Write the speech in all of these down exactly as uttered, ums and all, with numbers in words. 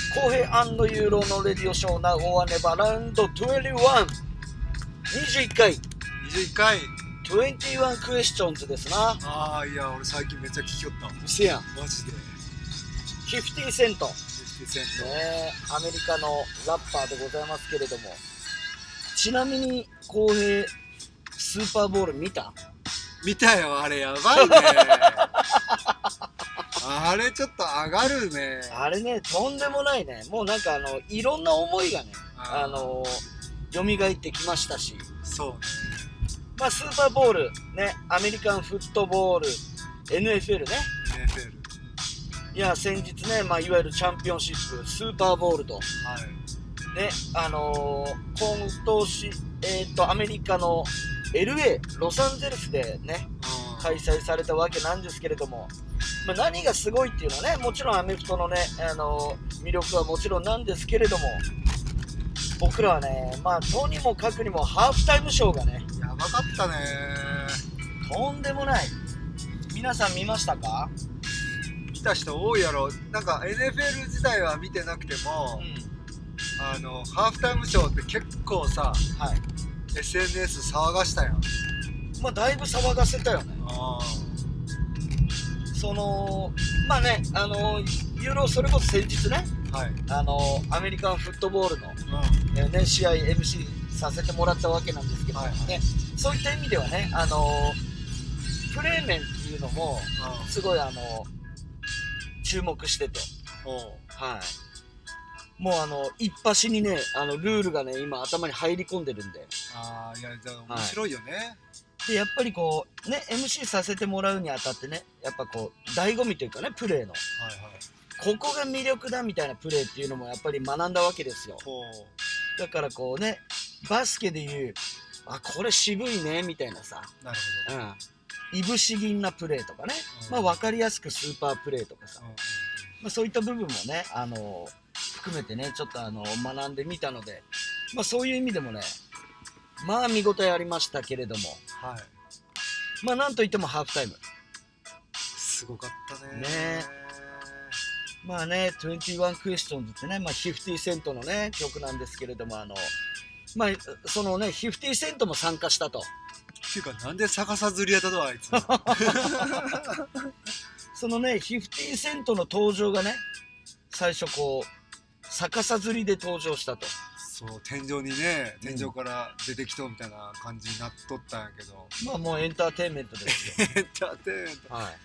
浩平&ユーロのレディオショーナゴワネバラウンドにじゅういち、にじゅういっかいにじゅういっかいにじゅういちクエスチョンズですな。 ああ、いや俺最近めっちゃ聞きよった。 うせやん。 マジでフィフティーセントフィフティーセント、 ね、アメリカのラッパーでございますけれども、ちなみに浩平スーパーボール見た？ 見たよ。あれやばいねあれちょっと上がるね。 あれね、とんでもないね。もうなんかあのいろんな思いがね、 ああの蘇ってきましたし、 そうね。 まあスーパーボールね、アメリカンフットボール エヌエフエル ね。 エヌエフエル、 いや先日ね、まあ、いわゆるチャンピオンシップスーパーボールとはいね、あのー、今年、えー、とアメリカの エルエー ロサンゼルスでねうん開催されたわけなんですけれども、まあ、何がすごいっていうのはね、もちろんアメフトのね、あのー、魅力はもちろんなんですけれども、僕らはね、まあとにもかくにもハーフタイムショーがね、 やばかったね。 とんでもない。皆さん見ましたか？ 見た人多いやろ。なんか エヌエフエル 自体は見てなくても、 うん、 あのハーフタイムショーって結構さ、 はい、 エスエヌエス 騒がしたやん。 まあだいぶ騒がせたよね。 あそのまあね、あのユーロそれこそ先日ね、 あ、はい、 あのアメリカンフットボールの、 うえーね、試合 エムシー させてもらったわけなんですけど、ね、 はいはい、 そういった意味ではね、あのプレー面っていうのもん、 すごいあの注目してて、 おう、 はい、もうあの一発にね、あのルールがね今頭に入り込んでるんで、 ああ、いや、じゃあ面白いよね。 でやっぱりこうね エムシー させてもらうにあたってね、やっぱこう醍醐味というかね、プレーのはいはい。 ここが魅力だみたいなプレーっていうのもやっぱり学んだわけですよ。 ほう、 だからこうね、バスケでいう、あ、これ渋いねみたいなさ、 なるほど。 うん、いぶし銀なプレーとかね、 うん、 まあ分かりやすくスーパープレーとかさ、 うんうんまあ、そういった部分もね、あの含めてね、ちょっとあの学んでみたので、まあそういう意味でもね、まあ見応えありましたけれども、 はい、 まあなんといってもハーフタイム。 すごかったね。 ねまあね、にじゅういちクエスチョンズってね、まあフィフティーセントのね、曲なんですけれども、あの、まあそのね、フィフティーセントも参加したと。 っていうか、なんで逆さずりやったとあいつそのね、フィフティーセントの登場がね、最初こう、逆さずりで登場したと。 そう、天井にね、天井から出てきとうみたいな感じになっとったんやけど、 まあもうエンターテインメントですよ。 エンターテインメント、 はい。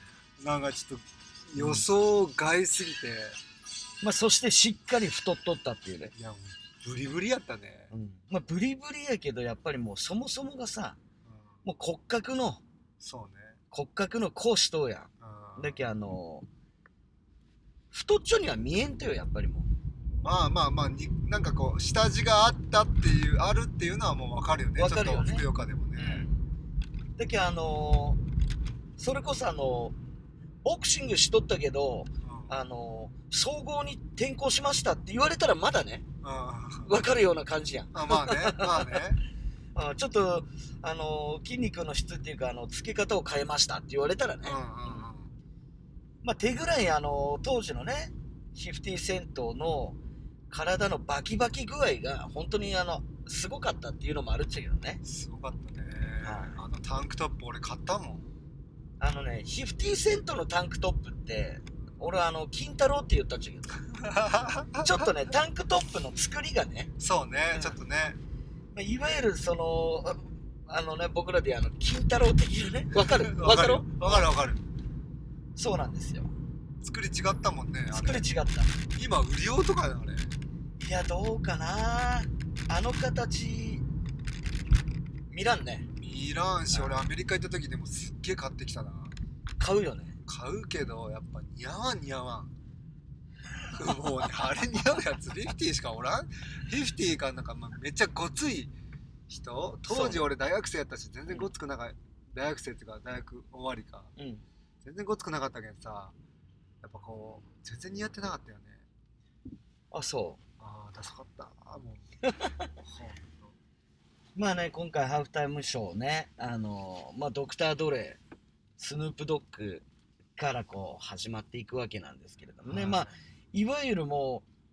なんかちょっと予想外すぎて、 まあそしてしっかり太っとったっていうね。 いやもうブリブリやったね。 うん、まあブリブリやけど、やっぱりもうそもそもがさ、 うん、 もう骨格の、 そうね。 骨格の講師とやん。 うん、 だけあの、太っちょには見えんとよ、やっぱりもう。 まあまあまあに、なんかこう下地があったっていうあるっていうのはもう分かるよね。 分かるよねちょっとふくよかでもね。 だけどあのー、それこそあのボクシングしとったけど、 うん、 あのー、総合に転向しましたって言われたらまだね、 うん、 分かるような感じやん。 あ、まあね、まあね。 あ、ちょっとあのー、筋肉の質っていうかあのつけ方を変えましたって言われたらね、 うんうんうん、 まあ手ぐらいあのー、当時のねフィフティーセントの体のバキバキ具合が本当にあのすごかったっていうのもあるっちゃけどね。 すごかったね、 はい、 あのタンクトップ俺買ったもん。 あのね、フィフティーセントのタンクトップって俺はあの金太郎って言ったっちゃけどちょっとねタンクトップの作りがね、 そうね、 うん、 ちょっとね、 いわゆるそのあのね、僕らであの金太郎っていうね、わかるわかるわかるわかる。 そうなんですよ。 作り違ったもんね。 作り違った。 今売り用とかだあれ。 いやどうかな、あの形見らんね。 見らんし、俺アメリカ行った時でもすっげえ買ってきたな。 買うよね。 買うけどやっぱ似合わん似合わんもうね、あれ似合うやつフィフティーしかおらん。フィフティーかなんか、まあ、めっちゃごつい人、当時俺大学生やったし全然ごつくなかった、大学生っていうか大学終わりか、うん、全然ごつくなかったけどさ、やっぱこう全然似合ってなかったよね。 あ、そう。 ああ、ダサかったもうまあね、今回ハーフタイムショーね、あのまあドクター・ドレイ、スヌープ・ドッグからこう始まっていくわけなんですけれどもね、はい、まあいわゆるも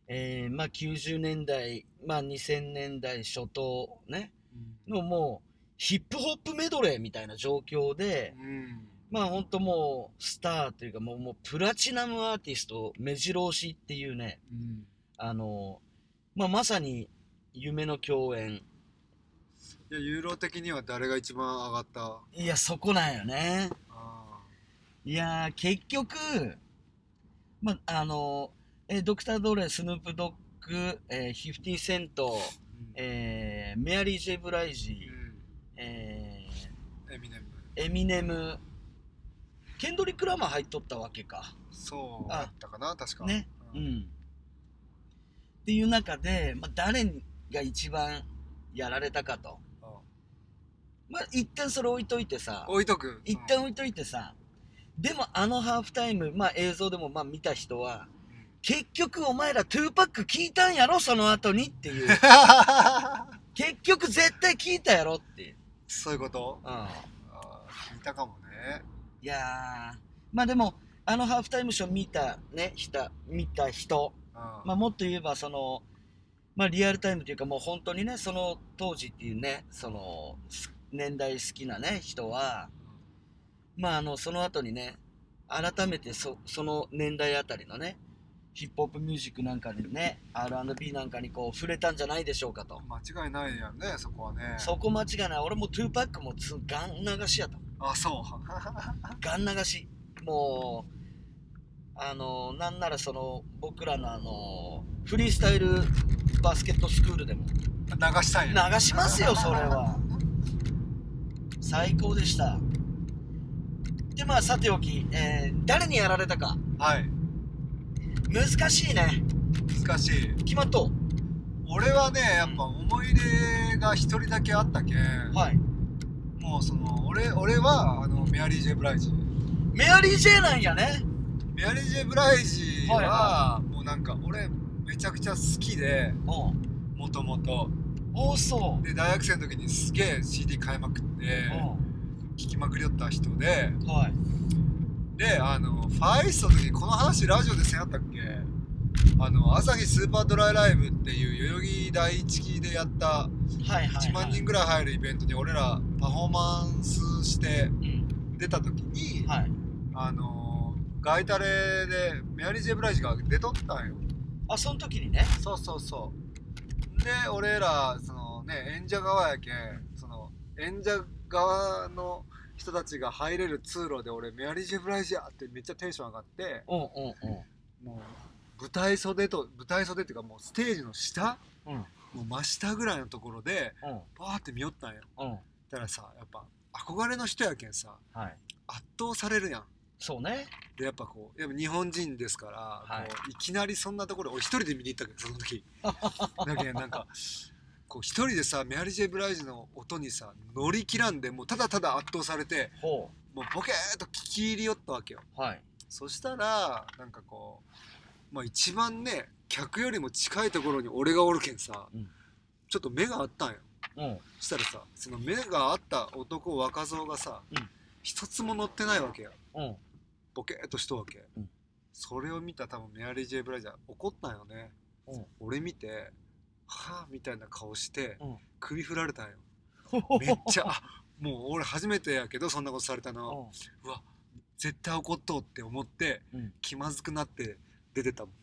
えーまあ、きゅうじゅうねんだい、まあ、にせんねんだい初頭、ね、 うんのもうヒップホップメドレーみたいな状況で、 うんまあ本当もうスターというかもう、もうプラチナムアーティスト目白押しっていうね、 うんあの、まあ、まさに夢の共演。 いやユーロ的には誰が一番上がった？ いや、そこなんよね。 あいやー、結局、まあ、あの、えードクター・ドレ、スヌープ・ドッグ、えー、フィフティ・セント、 ー、うんえーメアリー・ジェ・ブライジ、 うんえエミネムーエミネム、ケンドリック・ラマー入っとったわけか。 そうだったかな確かね。 ううんん。っていう中で、まあ、誰が一番やられたかと。 うんまあ、一旦それ置いといてさ、 置いとく一旦置いといてさ、でもあのハーフタイム、まあ映像でもまあ見た人は、結局お前らトゥーパック聞いたんやろその後にっていう。結局絶対聞いたやろっていう。 そういうことうん。 あー聞いたかもねいやー、まあでも、あのハーフタイムショー見たね、人、見た人、 うんまあもっと言えばその、まあリアルタイムというかもう本当にね、その当時っていうね、その、年代好きなね、人は、まああの、その後にね、改めてそその年代あたりのね、ヒップホップミュージックなんかにね、アールアンドビー なんかにこう触れたんじゃないでしょうかと。 間違いないやんねそこはねそこ間違いない。俺もトゥーパックもつガン流しやと。 あそうガン流し。もう、あの、なんならその、僕らのあの、フリースタイルバスケットスクールでも流したいよ流しますよ、それは。最高でした。で、まあ、さておき、えー誰にやられたか。 はい難しいね。 難しい決まっと俺はねやっぱ思い出が一人だけあったけん、 う。はい。 もうその俺俺はあのメアリー・ジェ・ブライジメアリー・ジェイなんやね。 メアリー・ジェ・ブライジは、 はいはもうなんか俺めちゃくちゃ好きでおうもともとおうそう。 で大学生の時にすげえ シーディー 買いまくってお聴きまくりよった人でうはい。 であのファイストの時にこの話ラジオでせんやったっけあの朝日スーパードライライブっていう代々木第一期でやったはいはい、はい。 いちまんにんぐらい入るイベントに俺らパフォーマンスしてうん。 出た時に、 はい。 あのガイタレでメアリー・ジェ・ブライジが出とったんよあ、その時にね。 そうそうそうで俺らそのね演者側やけんその演者側の人たちが入れる通路で俺メアリー・ジェ・ブライジやってめっちゃテンション上がってうんうんうん。 もう舞台袖と舞台袖っていうかもうステージの下うんもう真下ぐらいのところでうんバーって見よったんようん。 だからさやっぱ憧れの人やけんさはい。 圧倒されるやんそうね。 でやっぱこうやっぱ日本人ですから、 はいこういきなりそんなところ俺一人で見に行ったけどその時だけどなんかこう一人でさメアリー・ジェ・ブライジの音にさ乗り切らんでもうただただ圧倒されてほもうボケーっと聞き入りよったわけよう。はい。 そしたらなんかこうまあ一番ね客よりも近いところに俺がおるけんさ、 うんちょっと目があったんようん。 そしたらさその目があった男若造がさ、 うん一つも乗ってないわけようん。 ボケーっとしとるわけ、 うんそれを見た多分メアリー・ジェイ・ブライジャー怒ったんよねうん。 俺見てはぁみたいな顔してうん。 首振られたんよめっちゃあもう俺初めてやけどそんなことされたのうわ絶対怒っとうって思ってうん。 気まずくなって出てたもん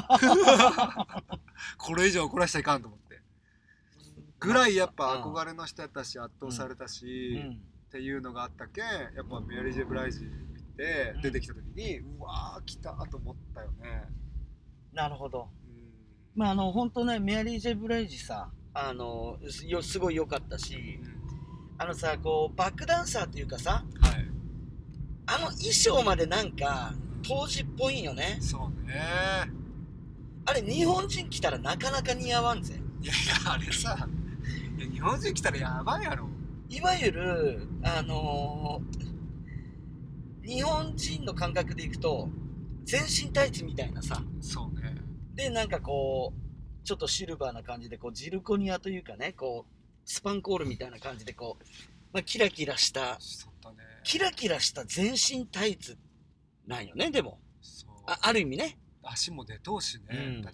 これ以上怒らしちゃいかんと思ってぐらいやっぱ憧れの人やったし圧倒されたし、 うん。 っていうのがあったけんやっぱメアリー・ジェ・ブライジ見て出てきた時に、うわー来たと思ったよね、 なるほど。 うんまああの本当ねメアリー・ジェ・ブライジさあのすよすごい良かったしあのさこうバックダンサーっていうかさはいあの衣装までなんか当時っぽいんよね。 そうねあれ日本人来たらなかなか似合わんぜ。 いやいやあれさいや日本人来たらやばいやろいわゆるあのー日本人の感覚でいくと全身タイツみたいなさそうねでなんかこうちょっとシルバーな感じでこうジルコニアというかねこうスパンコールみたいな感じでこう、まあ、キラキラしたしとったねキラキラした全身タイツなんよね。でもそうあ, ある意味ね足も出とうしね、 うんだってメア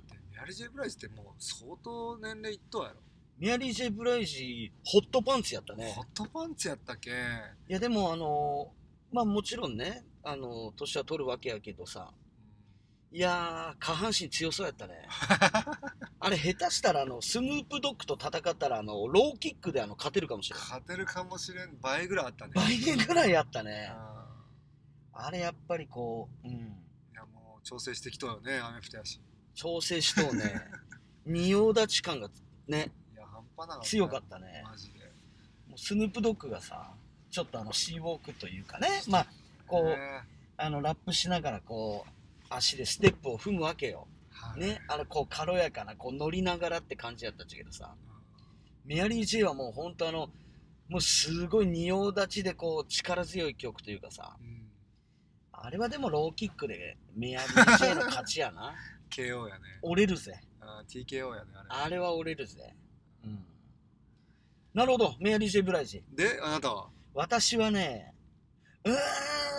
アリー・ジェイ・ブライジってもう相当年齢いっとうやろ。 メアリー・ジェイ・ブライジホットパンツやったね。 ホットパンツやったっけ。 いやでもあのまあもちろんね、あの年は取るわけやけどさ、いやー下半身強そうやったね。あれ下手したらあのスヌープドッグと戦ったらあのローキックであの勝てるかもしれない。 勝てるかもしれん。倍ぐらいあったね。 倍ぐらいあったね。 ああれやっぱりこう、うん、 いやもう調整してきとうよね、アメフトやし。 調整しとうね。仁王立ち感がね、 いや半端なかった。 強かったね。 マジで。 もうスヌープドッグがさ、ちょっとあのシーウォークというかね、まあこう、 ね、 あのラップしながらこう足でステップを踏むわけよ。 はい、 ね、あのこう軽やかなこう乗りながらって感じやったっちゃけどさ、メアリー・ジェイはもう本当あのもうすごい仁王立ちでこう力強い曲というかさ、 うん、 あれはでもローキックでメアリー・ジェイの勝ちやな。 ケーオー やね。 折れるぜ。 あ ティーケーオー やね、あれ。 あれは折れるぜ。うん。なるほど、メアリー・ジェイ・ブライジ。 で、あなたは？ 私はね、うーん、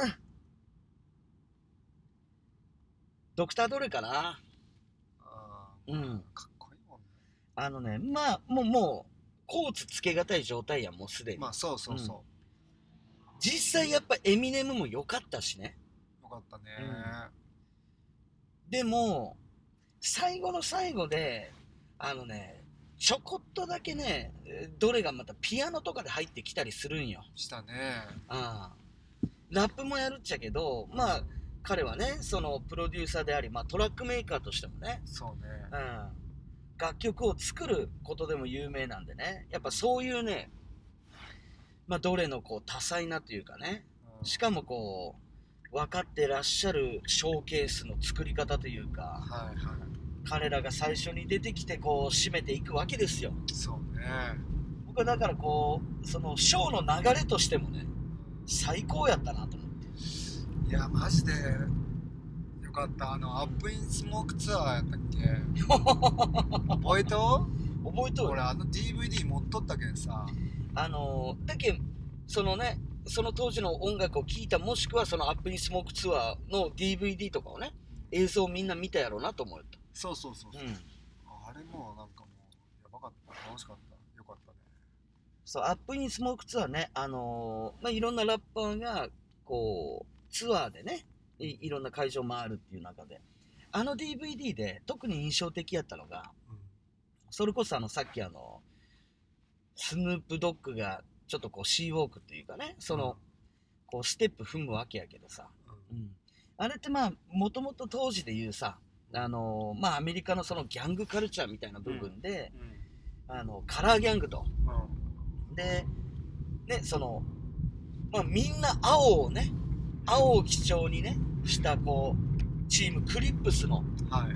ドクター・ドレかな。 あうん。 かっこいいもんね。 あのね、まあ、もう、もう、コーツつけがたい状態やん、もうすでに。 まあ、そうそうそう。うん、 実際やっぱエミネムも良かったしね。 よかったね、 うん。でも、最後の最後で、あのね、ちょこっとだけね、どれがまたピアノとかで入ってきたりするんよ。 したね。 ああ。ラップもやるっちゃけど、まあ、彼はね、そのプロデューサーであり、まあトラックメーカーとしてもね、 そうね。 うん。楽曲を作ることでも有名なんでね、やっぱそういうね、まあどれのこう多彩なというかね、うん、しかもこう、分かってらっしゃるショーケースの作り方というか、 はいはい、 彼らが最初に出てきてこう締めていくわけですよ。 そうね。 僕はだからこうそのショーの流れとしてもね、最高やったなと思って。 いやマジでよかった。あのアップインスモークツアーやったっけ。覚えと？ 覚えとる。 俺あの ディーブイディー 持っとったけんさ。 あのだけそのね、その当時の音楽を聴いた、もしくはそのアップインスモークツアーの ディーブイディー とかをね、映像をみんな見たやろうなと思うと。 そうそうそうそう、 うん、 あれもなんかもうやばかった。楽しかった。よかったね。 そう、アップインスモークツアーね、あのー、まあいろんなラッパーがこうツアーでね い, いろんな会場回るっていう中で、あの ディーブイディー で特に印象的やったのが、うん、それこそあのさっきあのスヌープドッグがちょっとこうシーウォークっていうかね、その、うん、こうステップ踏むわけやけどさ、うんうん、あれってまあもともと当時で言うさ、あのー、まあアメリカのそのギャングカルチャーみたいな部分で、うんうん、あのカラーギャングと、うん、でね、そのまあみんな青をね、青を基調にねしたこうチームクリップスの、はい、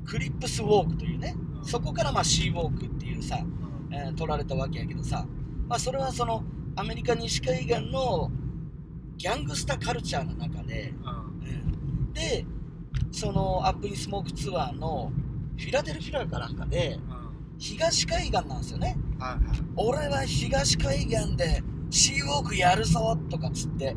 クリップスウォークというね、うん、そこからまあシーウォークっていうさ、うんえー、取られたわけやけどさ、まあそれはそのアメリカ西海岸のギャングスタカルチャーの中で、うんうん、でそのアップインスモークツアーのフィラデルフィラかなんかで、うん、東海岸なんですよね、はいはい、俺は東海岸でシーウォークやるぞとかつって、うん、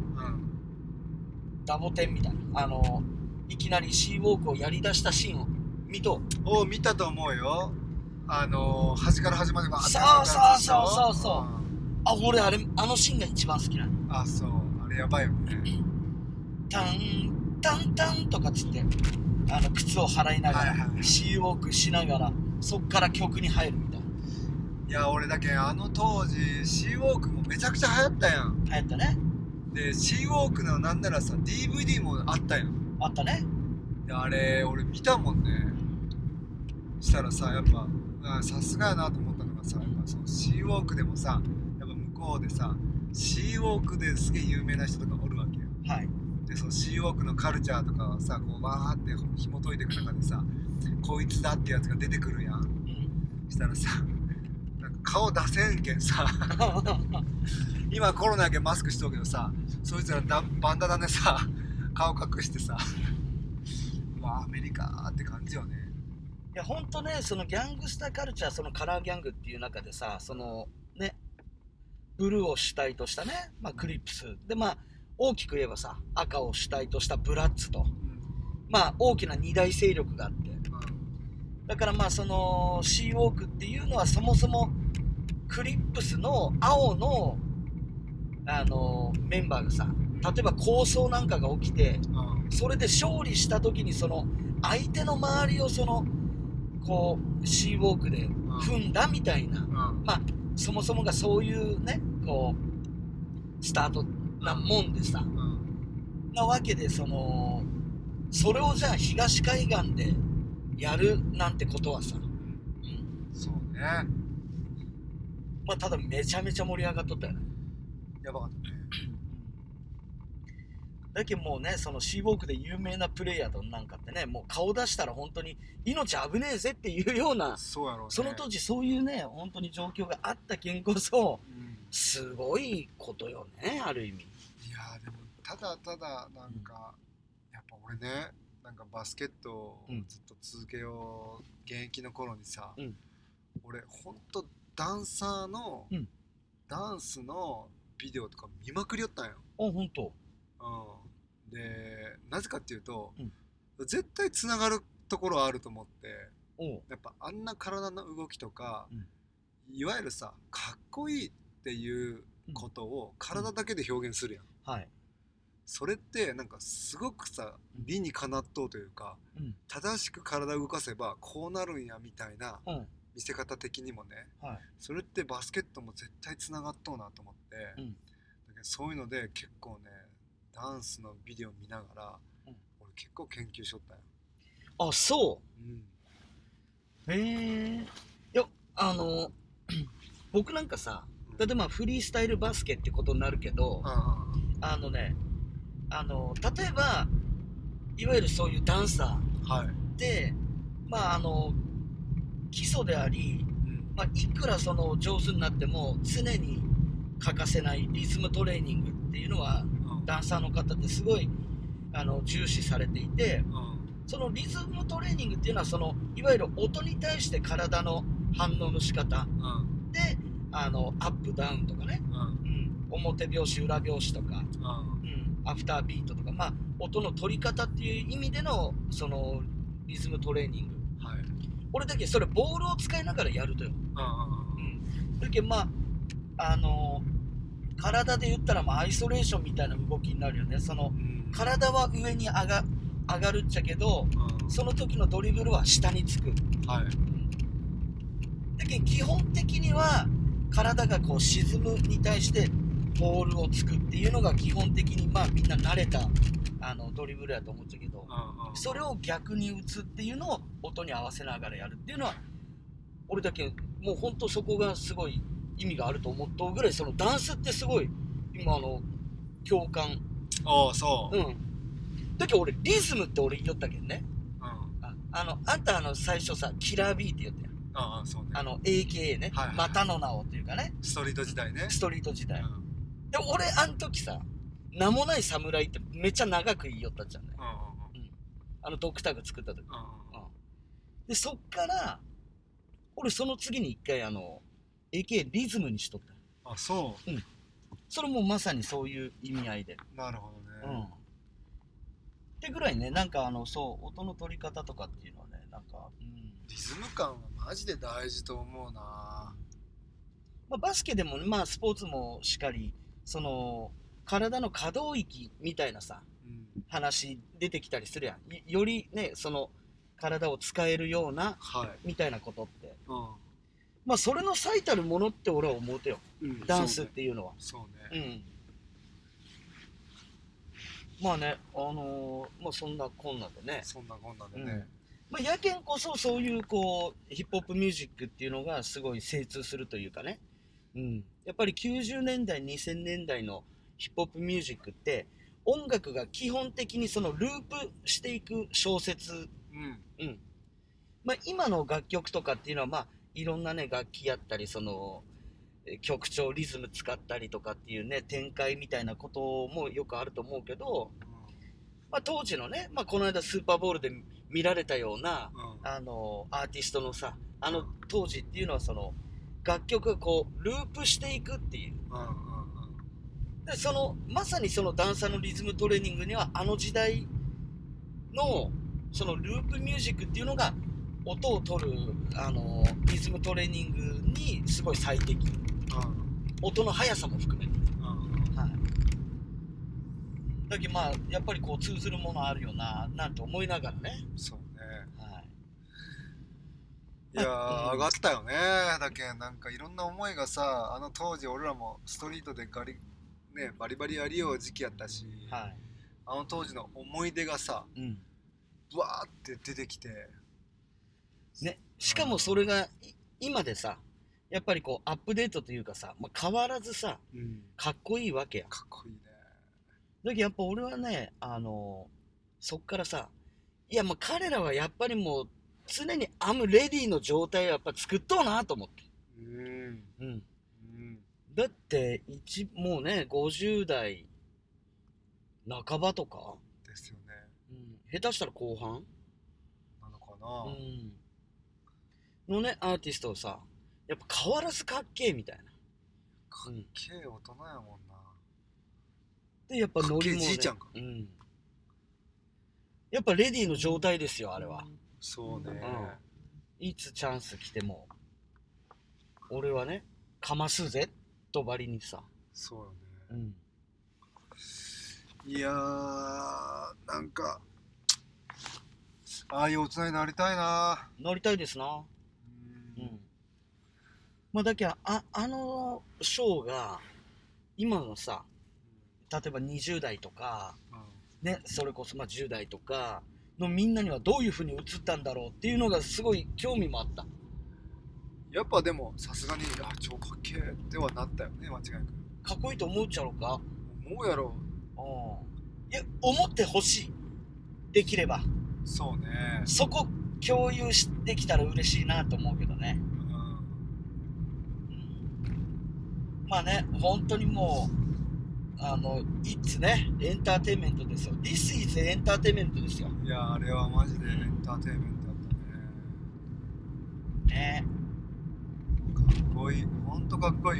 ダボテンみたいな、あのいきなりシーウォークをやりだしたシーンを見とお見たと思うよ。あの端から端までバーッてそうそうそうそうそう、うん、あ俺あれあのシーンが一番好きなの。 あそうあれやばいよね。 タンタンタンとかつってあの靴を払いながら、はいはいはい、シーウォークしながらそっから曲に入るみたいな。 いや俺だけあの当時シーウォークもめちゃくちゃ流行ったやん。 流行ったね。 でシーウォークのなんならさ ディーブイディー もあったやん。 あったね。 であれ俺見たもんね。したらさやっぱさすがやなと思ったのがさ、やっぱそのシーウォークでもさやっぱ向こうでさシーウォークですげえ有名な人とかおるわけよ。はい。でそのシーウォークのカルチャーとかはさこうバーって紐解いていく中でさこいつだってやつが出てくるやん、うん、したらさなんか顔出せんけんさ今コロナやけんマスクしとるけどさそいつらだバンダナでさ顔隠してさまあアメリカって感じよね。 いやほんとね、そのギャングスターカルチャー、そのカラーギャングっていう中でさ、そのねブルーを主体としたね、まあ、クリップスで、まあ大きく言えばさ赤を主体としたブラッツと、うん、まあ大きな二大勢力があって、うん、 だからまあそのシーウォークっていうのはそもそもクリップスの青のあのメンバーがさ、例えば抗争なんかが起きて、 うんそれで勝利した時にその相手の周りをそのこうシーウォークで踏んだみたいな、 うんまあそもそもがそういうねこうスタートなもんでさ、 うんなわけで、そのそれをじゃあ東海岸でやるなんてことはさ、うん、 そうね、 まあただめちゃめちゃ盛り上がっとったよね。 やばかったね。 だけどもうね、そのシーウォークで有名なプレイヤーとなんかってね、もう顔出したら本当に命危ねえぜっていうような、 そうやろうね。 その当時そういうね本当に状況があったけんこそうんすごいことよね、ある意味。 いやーでもただただなんか、うん、やっぱ俺ね、なんかバスケットをずっと続けよう、現役の頃にさ、うん、俺ほんとダンサーの、うん、ダンスのビデオとか見まくりよったんよ。 あ、ほんと。 うん、でなぜかっていうと、うん、絶対つながるところはあると思って、やっぱあんな体の動きとか、うん、いわゆるさかっこいいっていうことを体だけで表現するやん、うんはい、それってなんかすごくさ理にかなっとうというか、うん、正しく体を動かせばこうなるんやみたいな見せ方的にもね、はい、それってバスケットも絶対つながっとうなと思って、うん、だけどそういうので結構ねダンスのビデオ見ながら、うん、俺結構研究しとったよ。 あ、そう、うん、へえ。いや、あの僕なんかさ、例えばフリースタイルバスケってことになるけど、うん、あのね、あの例えばいわゆるそういうダンサーで、はい、まああの基礎であり、うんまあ、いくらその上手になっても常に欠かせないリズムトレーニングっていうのは、うん、ダンサーの方ってすごいあの重視されていて、うん、そのリズムトレーニングっていうのはそのいわゆる音に対して体の反応の仕方、うん、であのアップダウンとかね、うんうん、表拍子裏拍子とか、うんうん、アフタービートとか、まあ、音の取り方っていう意味でのそのリズムトレーニング、はい、俺だけそれボールを使いながらやるとよ、うんうん、だけどまああの体で言ったらまあアイソレーションみたいな動きになるよね。その、うん、体は上に上が、上がるっちゃけど、うん、その時のドリブルは下につく、はい、うん、だけど基本的には体がこう沈むに対してボールをつくっていうのが基本的にまあみんな慣れたあのドリブルやと思っちゃうけど、うんうん、それを逆に打つっていうのを音に合わせながらやるっていうのは俺だけもうほんとそこがすごい意味があると思っとうぐらい、そのダンスってすごい今あの共感。 ああそう、 うん、だけど俺リズムって俺言いよったけどね、うん、あ, あのあんたあの最初さキラー B って言ったやん。 ああそうね、 あの エーケーエー ね、はいはい、またの名をっていうかね、 ストリート時代ね、 ストリート時代、うん、で俺あの時さ名もない侍ってめっちゃ長く言いよったじゃんね、うんうんうん、あのドクターが作った時、うんうんうん、でそっから俺その次に一回あの エーケーエー リズムにしとった。 あ、そう、うん、 それもまさにそういう意味合いで。 なるほどね、うん、 ってぐらいね、なんかあのそう音の取り方とかっていうのはね、なんか、うん、 リズム感はマジで大事と思うな、 まあ、バスケでもまあスポーツもしっかりその体の可動域みたいなさ、うん、話出てきたりするやん。よりねその体を使えるような、はい、みたいなことって、うん、まあそれの最たるものって俺は思うてよ、うん、ダンスっていうのは。 そうね、 うん、まあね、あのー、まあそんなこんなでねそんなこんなでね、 うん、まあ、やけんこそそういうこうヒップホップミュージックっていうのがすごい精通するというかね、うん、やっぱりきゅうじゅうねんだいにせんねんだいのヒップホップミュージックって音楽が基本的にそのループしていく小説、うんうん、まあ、今の楽曲とかっていうのはまあいろんなね楽器やったりその曲調リズム使ったりとかっていうね展開みたいなこともよくあると思うけど、まあ、当時のね、まあ、この間スーパーボウルで見られたような、うん、あのアーティストのさあの当時っていうのはその楽曲がこうループしていくっていう、うんうんうん、でそのまさにそのダンサーのリズムトレーニングにはあの時代のそのループミュージックっていうのが音を取るあのリズムトレーニングにすごい最適、 うん音の速さも含めてね、 うんはい、だけどまあやっぱりこう通ずるものあるよななんて思いながらね、 そうね。 はい、 いやー、 うん上がったよね。だけんなんかいろんな思いがさ、あの当時俺らもストリートでガリ、ね、バリバリやりよう時期やったし、 はい、 あの当時の思い出がさうんブワーって出てきてね、しかもそれがい今でさやっぱりこうアップデートというかさ、まあ、変わらずさうんかっこいいわけや。 かっこいいね。 だけどやっぱ俺はねあのそっからさいやもう彼らはやっぱりもう常にアムレディの状態をやっぱ作っとうなと思って、 うんうん、 うんだって一もうねごじゅう代半ばとか、 ですよね。 うん、下手したら後半、 なのかな、 うん、のねアーティストをさやっぱ変わらずかっけえみたいな、 かっけえ大人やもんな。 でやっぱノリも、ね、 かっけえじいちゃんか、 うん、やっぱレディーの状態ですよあれは。 そうね、 うん、いつチャンス来ても俺はねかますぜとばりにさ。 そうよね、 うんいやーなんかああいう大人になりたいな。 乗りたいですな。 うんうんまあだけどああのショーが今のさ例えばにじゅう代とかねそれこそまあじゅう代とかのみんなにはどういう風に映ったんだろうっていうのがすごい興味もあった。 やっぱでもさすがにあ超かっけえってはなったよね間違いなく。 かっこいいと思っちゃろうか。 思うやろ。 いや思ってほしい。できればそうね。 そこ共有できたら嬉しいなと思うけどね、 うんうん、まあね本当にもうあのいつねエンターテインメントですよ。 This is エンターテインメントですよ。 いやあれはマジでエンターテインメントだったね。 ねかっこいい、ほんとかっこいい。 い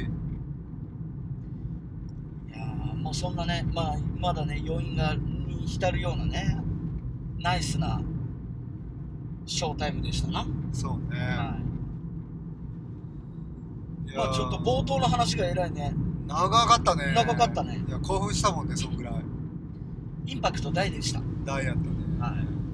やもうそんなね、まあ、まだね余韻がに浸るようなねナイスなショータイムでしたな。 そうね、 はいいやまあちょっと冒頭の話が偉いね。 長かったね。 長かったね。 いや興奮したもんねそんぐらい。 インパクト大でした。 大やったね。 はい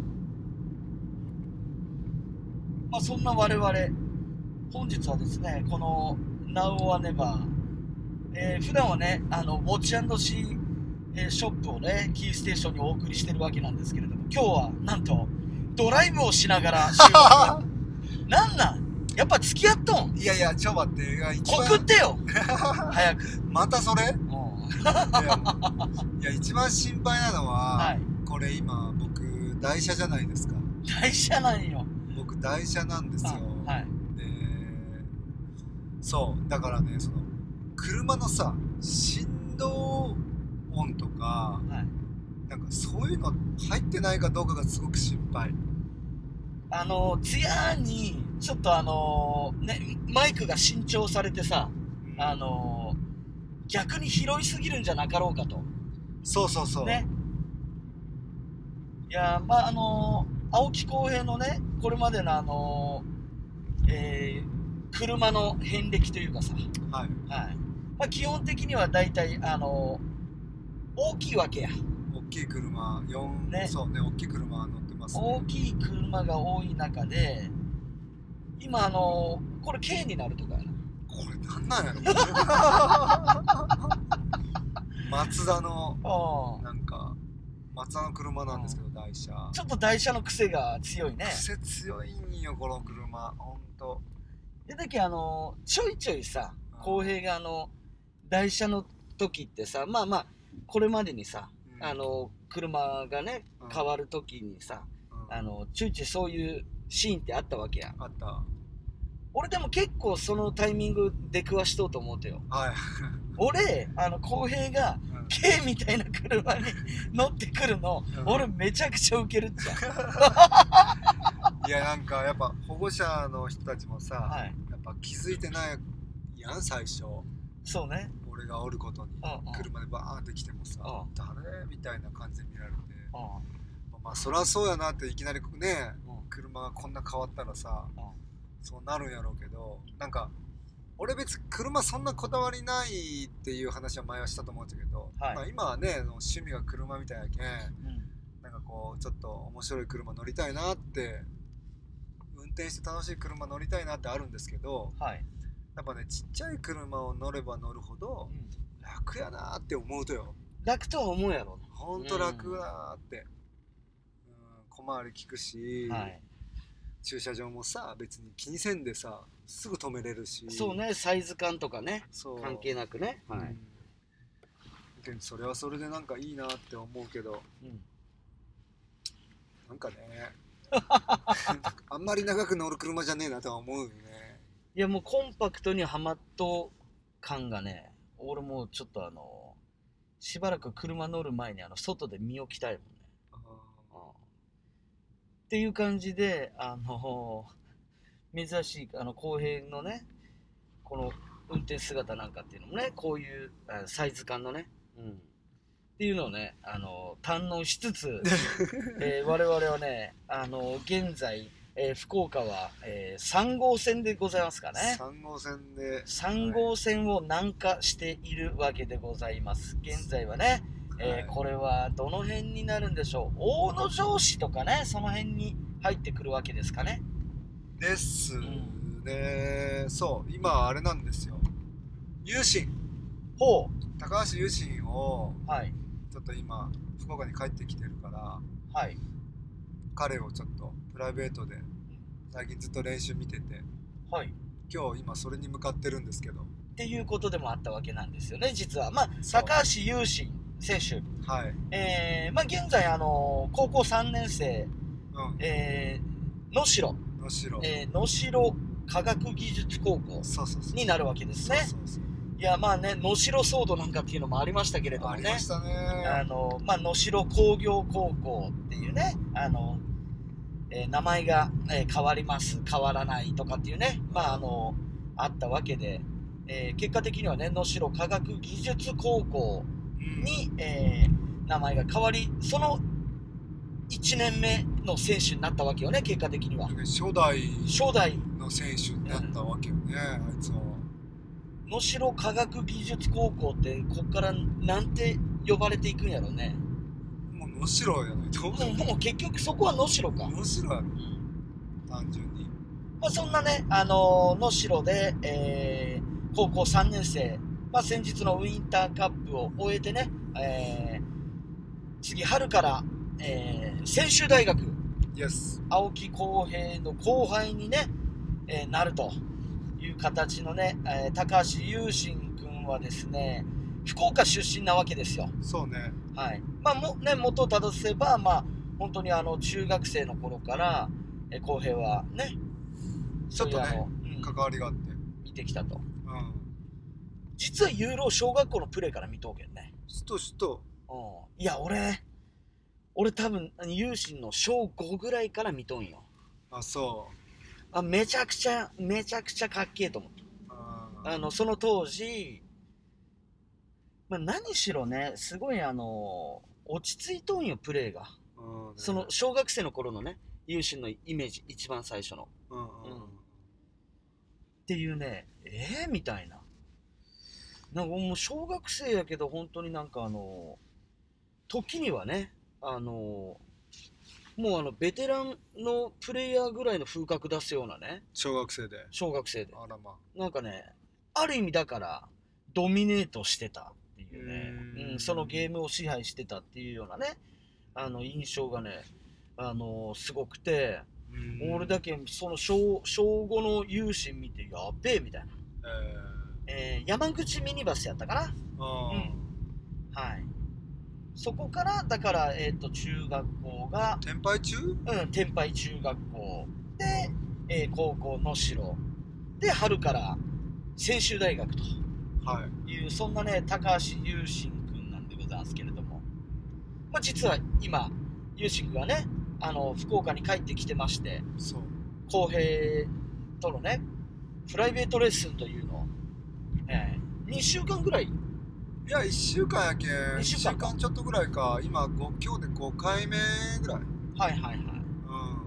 まあそんな我々本日はですねこの Now or Never、えー、普段はねあのウォッチ&シー、えー、ショップをねキーステーションにお送りしてるわけなんですけれども今日はなんとドライブをしながら収録なんなんやっぱ付き合っとん。 いやいやちょっと待って、いや一番告ってよ早くまたそれ。 うんいやいや一番心配なのは、 はいこれ今僕台車じゃないですか。 台車なんよ。 僕台車なんですよ。 はいでそうだからねその車のさ振動音とかはいなんかそういうの入ってないかどうかがすごく心配。 あのツヤにちょっとあのねマイクが新調されてさあの逆に拾いすぎるんじゃなかろうかと。 そうそうそうね。いやまああの青木浩平のねこれまでのあのえー、車の遍歴というかさ、 はいはいまあ、基本的にはだいたいあの大きいわけや。 大きい車よん、 ねそうね大きい車乗ってますね。 大きい車が多い中で今あのこれ K になるとかやな。 これなんなんやろマツダのあなんかマツダの車なんですけど台車ちょっと台車の癖が強いね。 癖強いんよこの車ほんと。 でだけあのちょいちょいさ浩平があの台車の時ってさまあまあこれまでにさ、うん、あの車がね変わる時にさ、うん、あのちょいちょいそういうシーンってあったわけや。 あった。 俺でも結構そのタイミング出くわしとうと思うてよ。 はい俺あの浩平が K みたいな車に乗ってくるの、うん、俺めちゃくちゃウケるっちゃいやなんかやっぱ保護者の人たちもさ、 はい、 やっぱ気づいてないやん最初。 そうね俺がおることに、うんうん、車でバーンって来てもさ、うん、誰みたいな感じで見られて、うん、まあそりゃそうやなっていきなりね、うん、 車がこんな変わったらさ、 うん、 そうなるんやろうけど、なんか俺別に車そんなこだわりないっていう話は前はしたと思うんだけど、 はい、 まあ、今はね趣味が車みたいやけん、 うん、 なんかこうちょっと面白い車乗りたいなって、運転して楽しい車乗りたいなってあるんですけど、 はい、 やっぱねちっちゃい車を乗れば乗るほどうん、 楽やなって思うとよ。 楽とは思うやろ。 ほんと楽だなって、うん、小回り利くし、 はい、 駐車場もさ別に気にせんでさすぐ止めれるし、 そうね、サイズ感とかねそう関係なくね、はい、 うん、それはそれでなんかいいなって思うけど、 うん、 なんかねあんまり長く乗る車じゃねえなとは思うよね。 いやもうコンパクトにはまっと感がね、俺もちょっとあのしばらく車乗る前にあの外で身を着たいもんね。 あうん、っていう感じで、あの珍しいあの後編のねこの運転姿なんかっていうのもね、こういうサイズ感のね、うん、っていうのをね、あの堪能しつつ、えー、我々はね、あの現在、えー、福岡は、えー、さん号線でございますかね。 さん号線でさん号線を南下しているわけでございます。現在はね、えーはい、これはどの辺になるんでしょう。大野城市とかね、その辺に入ってくるわけですかね。 ですね、うん、そう今あれなんですよ、有心、 ほう、 高橋有心を、 はい、 ちょっと今福岡に帰ってきてるから、 はい、 彼をちょっとプライベートで最近ずっと練習見てて、 はい、 今日今それに向かってるんですけど、 っていうことでもあったわけなんですよね、実は。まあ高橋有心選手、 はい、 えー、まあ現在あの高校さんねん生、 うん、 えー、能代能代、 えー、能代科学技術高校になるわけですね。 そうそうそう、 いやまあね、能代騒動なんかっていうのもありましたけれどもね、 ありましたね。 あの、まあ、能代工業高校っていうね、あの、えー、名前が、えー、変わります変わらないとかっていうね、まああのあったわけで、えー、結果的にはね能代科学技術高校に、うん、えー、名前が変わり、そのいちねんめの選手になったわけよね、結果的には。 初代初代の選手になったわけよね、うん、あいつは。 能代科学技術高校ってこっからなんて呼ばれていくんやろうね。 もう能代やないと。 もう、もう結局そこは能代か。 能代やろ、うん、単純に。 まあ、そんなね、あのー、能代で、えー、高校さんねん生、まあ、先日のウインターカップを終えてね、えー、次春から、えー、専修大学、 yes. 青木浩平の後輩にね、えー、なるという形のね、えー、高橋優心君はですね、福岡出身なわけですよ。 そうね。 はい。まあもね、元をたどせば、まあ本当にあの中学生の頃からえ浩平はね、 ちょっとね、うん、関わりがあって見てきたと。 うん。 実はユーロ小学校のプレーから見とうけんね。 しとしと。 うん。いや俺、俺多分優心の小ごぐらいから見とんよ。 あ、そう。 あ、めちゃくちゃめちゃくちゃかっけえと思った。あのその当時、まあ、何しろね、すごいあの落ち着いとんよプレーが、ね、その小学生の頃のね優心のイメージ一番最初の、うんうんうん、っていうね、えー、みたいな、なんかもう小学生やけど本当になんかあの時にはね、あのもうあのベテランのプレイヤーぐらいの風格出すようなね、 小学生で小学生で、 あらまあ、 なんかね、ある意味だからドミネートしてたっていうね、うんうん、そのゲームを支配してたっていうようなね、あの印象がね、あのー、すごくて、俺だけその小ごの優心見てやっべえみたいな、えーえー、山口ミニバスやったかな、うん、はい。そこからだからえっ、ー、と中学校が天敗中？ うん、天敗中学校で、えー、高校能代で春から専修大学という、はい、そんなね高橋優心君なんでございますけれども、まあ、実は今優心君はね、あの福岡に帰ってきてまして、そう浩平とのねプライベートレッスンというのを、えー、にしゅうかんぐらい、 いやいっしゅうかんやけんいっしゅうかんちょっとぐらいか、今今日でごかいめぐらい、 はいはいはい、 うん、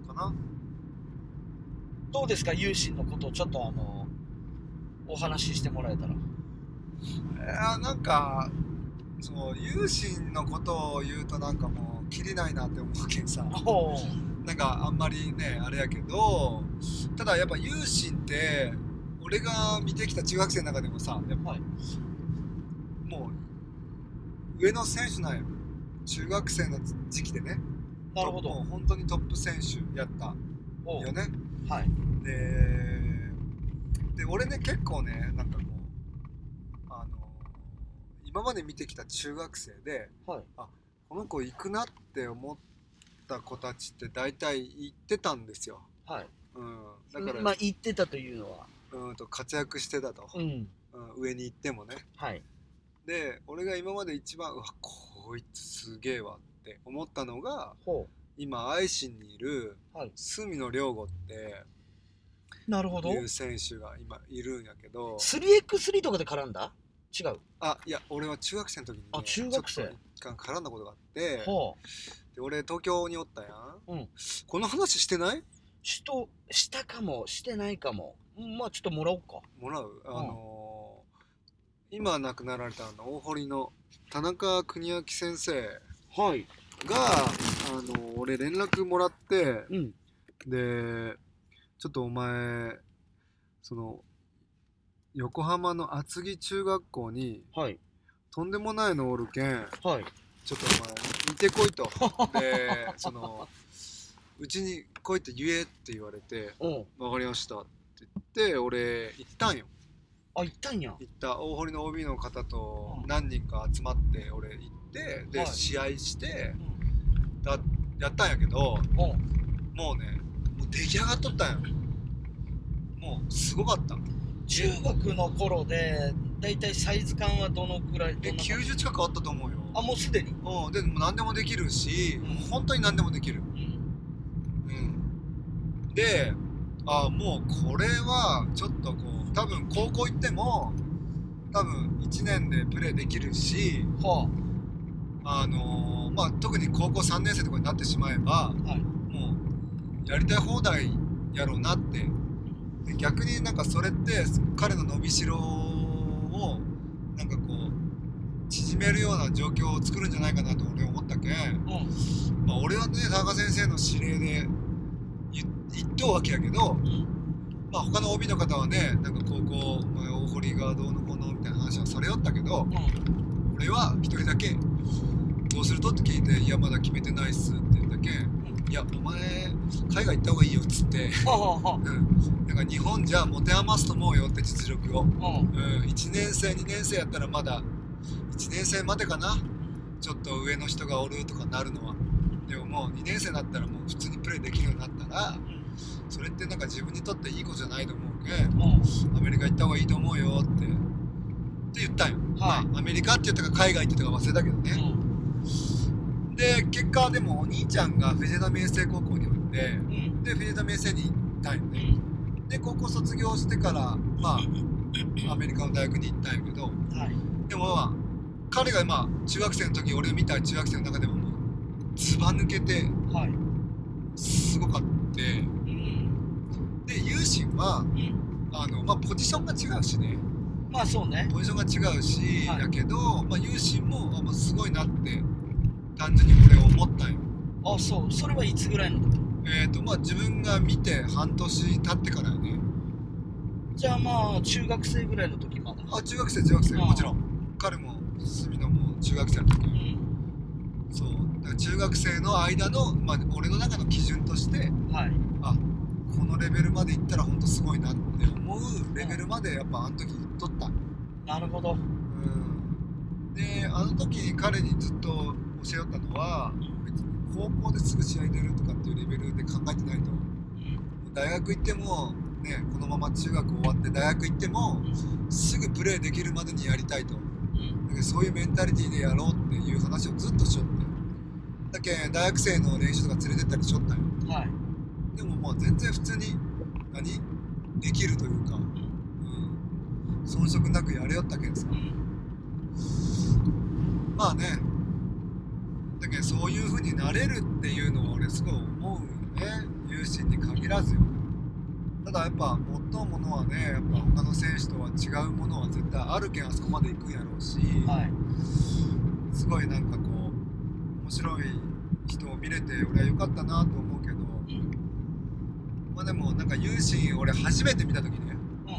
かな。 どうですか、ユーシンのことをちょっとあのお話ししてもらえたら。 いやなんかそのユーシンのことを言うとなんかもうキリないなって思うけんさ、 おなんかあんまりねあれやけど、ただやっぱユーシンって俺が見てきた中学生の中でもさ、やっぱ、はい、もう上の選手なんよ、中学生の時期でね。 なるほど。 もう本当にトップ選手やったよね。 はい。 で、で俺ね結構ねなんかこうあの今まで見てきた中学生で、はい、あこの子行くなって思った子たちって大体行ってたんですよ。はい。うん。だからまあ行ってたというのは。 うんと活躍してたと、うんうん、上に行ってもね。はい。で俺が今まで一番うわこいつすげえわって思ったのが、ほう今愛心にいる隅野良吾ってなるほどいう選手が今いるんやけどスリーエックススリー とかで絡んだ？違う？ あいや俺は中学生の時に、ね、 あ中学生ちょっと一回絡んだことがあって、はあ、で俺東京におったやん、うん、この話してない？ しとしたかもしてないかも。まあちょっともらおうか。 もらう？あのー、今亡くなられたあの大堀の田中邦明先生はいが、あの俺連絡もらって、うん、でちょっとお前その横浜の厚木中学校に、はい、とんでもないのおるけん、はい、ちょっとお前見てこいとでそのうちに来いって言えって言われて、分かりましたって言って俺行ったんよ。 あ行ったんや。 行った大堀の オービー の方と何人か集まって俺行ってで、はい、試合して、うん、だやったんやけど、もうねもう出来上がっとったんや。もうすごかった。 中学の頃でだいたいサイズ感はどのくらい？ えきゅうじゅう近くあったと思うよ。 あもうすでに？ うんでも何でもできるし、うん、本当に何でもできる。うん、うん、であもうこれはちょっとこう多分高校行っても多分いちねんでプレーできるし、はあ、あのー、まあ特に高校さんねん生とかになってしまえば、はい、もうやりたい放題やろうなって。で逆になんかそれって彼の伸びしろをなんかこう縮めるような状況を作るんじゃないかなと俺は思ったけん、うんまあ、俺はね田中先生の指令で言っとうわけやけど、まあ、他の オービー の方はねなんか高校大堀がどうのこうのみたいな話はされよったけど、うん、俺は一人だけどうするとって聞いていやまだ決めてないっすって言ったけんいやお前海外行った方がいいよっつってうんなんか日本じゃ持て余すと思うよって実力を、うん、いちねん生にねん生やったらまだいちねん生までかなちょっと上の人がおるとかなるのはでももうにねん生だったらもう普通にプレーできるようになったらそれってなんか自分にとっていいことじゃないと思うけ、うん、アメリカ行った方がいいと思うよってって言ったんよ、はいまあ、アメリカって言ったか海外って言ったか忘れたけどね、うん、で結果でもお兄ちゃんが藤枝明誠高校におって、うん、で藤枝明誠に行ったんよね、うん、で高校卒業してからまあアメリカの大学に行ったんやけど、はい、でもまあ彼がまあ中学生の時俺を見た中学生の中でももうずば抜けてすごかって、はい、でユーシンは、うん、あのまあポジションが違うしねまあそうねポジションが違うし、はい、だけど、まあ、ユーシンもあ、まあ、すごいなって単純に俺は思ったんよ。 あそうそれはいつぐらいの時？ えっとまあ自分が見て半年経ってからよね。 じゃあまあ中学生ぐらいの時まだ？ あ中学生中学生もちろん彼も隅野も中学生の時、うん、そうだから中学生の間の、まあ、俺の中の基準として、はい、あこのレベルまでいったら本当すごいなって思うレベルまでやっぱあの時いっとった。 なるほど、うん、 であの時に彼にずっと教えよったのは別に高校ですぐ試合出るとかっていうレベルで考えてないと、うん、大学行ってもねこのまま中学終わって大学行ってもすぐプレーできるまでにやりたいと、だけどそういうメンタリティーでやろうっていう話をずっとしよってだけ大学生の練習とか連れてったりしよったんよ、はい、でもまあ全然普通に何できるというか、うん、遜色なくやれよったけんさ、うん、まあねだけけそういう風になれるっていうのは俺すごい思うよね。友心に限らずよ。ただやっぱ持っとうものはね、やっぱ他の選手とは違うものは絶対あるけんあそこまで行くんやろうし、 はい、 すごいなんかこう面白い人を見れて俺は良かったなと思うけど、うん、まあでもなんか友心俺初めて見た時ね、うん、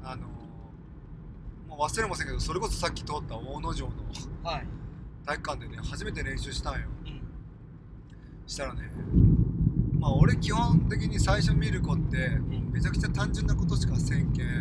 あのもう忘れもせんけど、それこそさっき通った大野城の、はい、体育館でね初めて練習したんよ、うん、したらね、まあ俺基本的に最初見る子ってめちゃくちゃ単純なことしかせんけん、うん、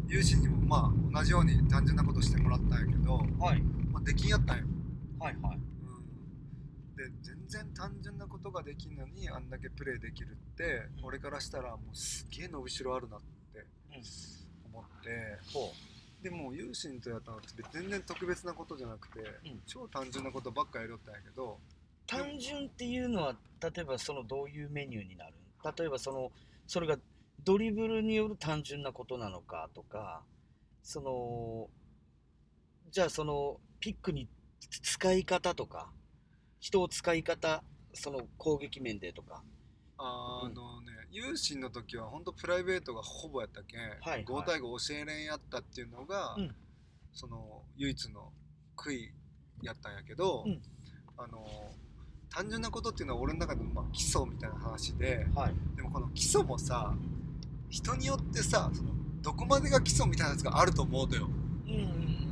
友心にもまあ同じように単純なことしてもらったんやけど、はい、まあ、できんやったんよ。はいはい、うん、で全然単純なことができんのにあんだけプレーできるって、うん、俺からしたらもうすげえ伸びしろあるなって思って、うん、でも友心とやったのって全然特別なことじゃなくて、うん、超単純なことばっかやりよったんやけど。 単純っていうのは例えばそのどういうメニューになる？例えばそのそれがドリブルによる単純なことなのかとか、そのじゃあそのピックに使い方とか人を使い方、その攻撃面でとか。 あ、うん、あのね、友心の時は本当プライベートがほぼやったけん、はいはい、ご対ご教えれんやったっていうのが、うん、その唯一の悔いやったんやけど、うん、あの単純なことっていうのは俺の中でもまあ基礎みたいな話で、はい、でもこの基礎もさ人によってさそのどこまでが基礎みたいなやつがあると思うのよ、うんうんうん、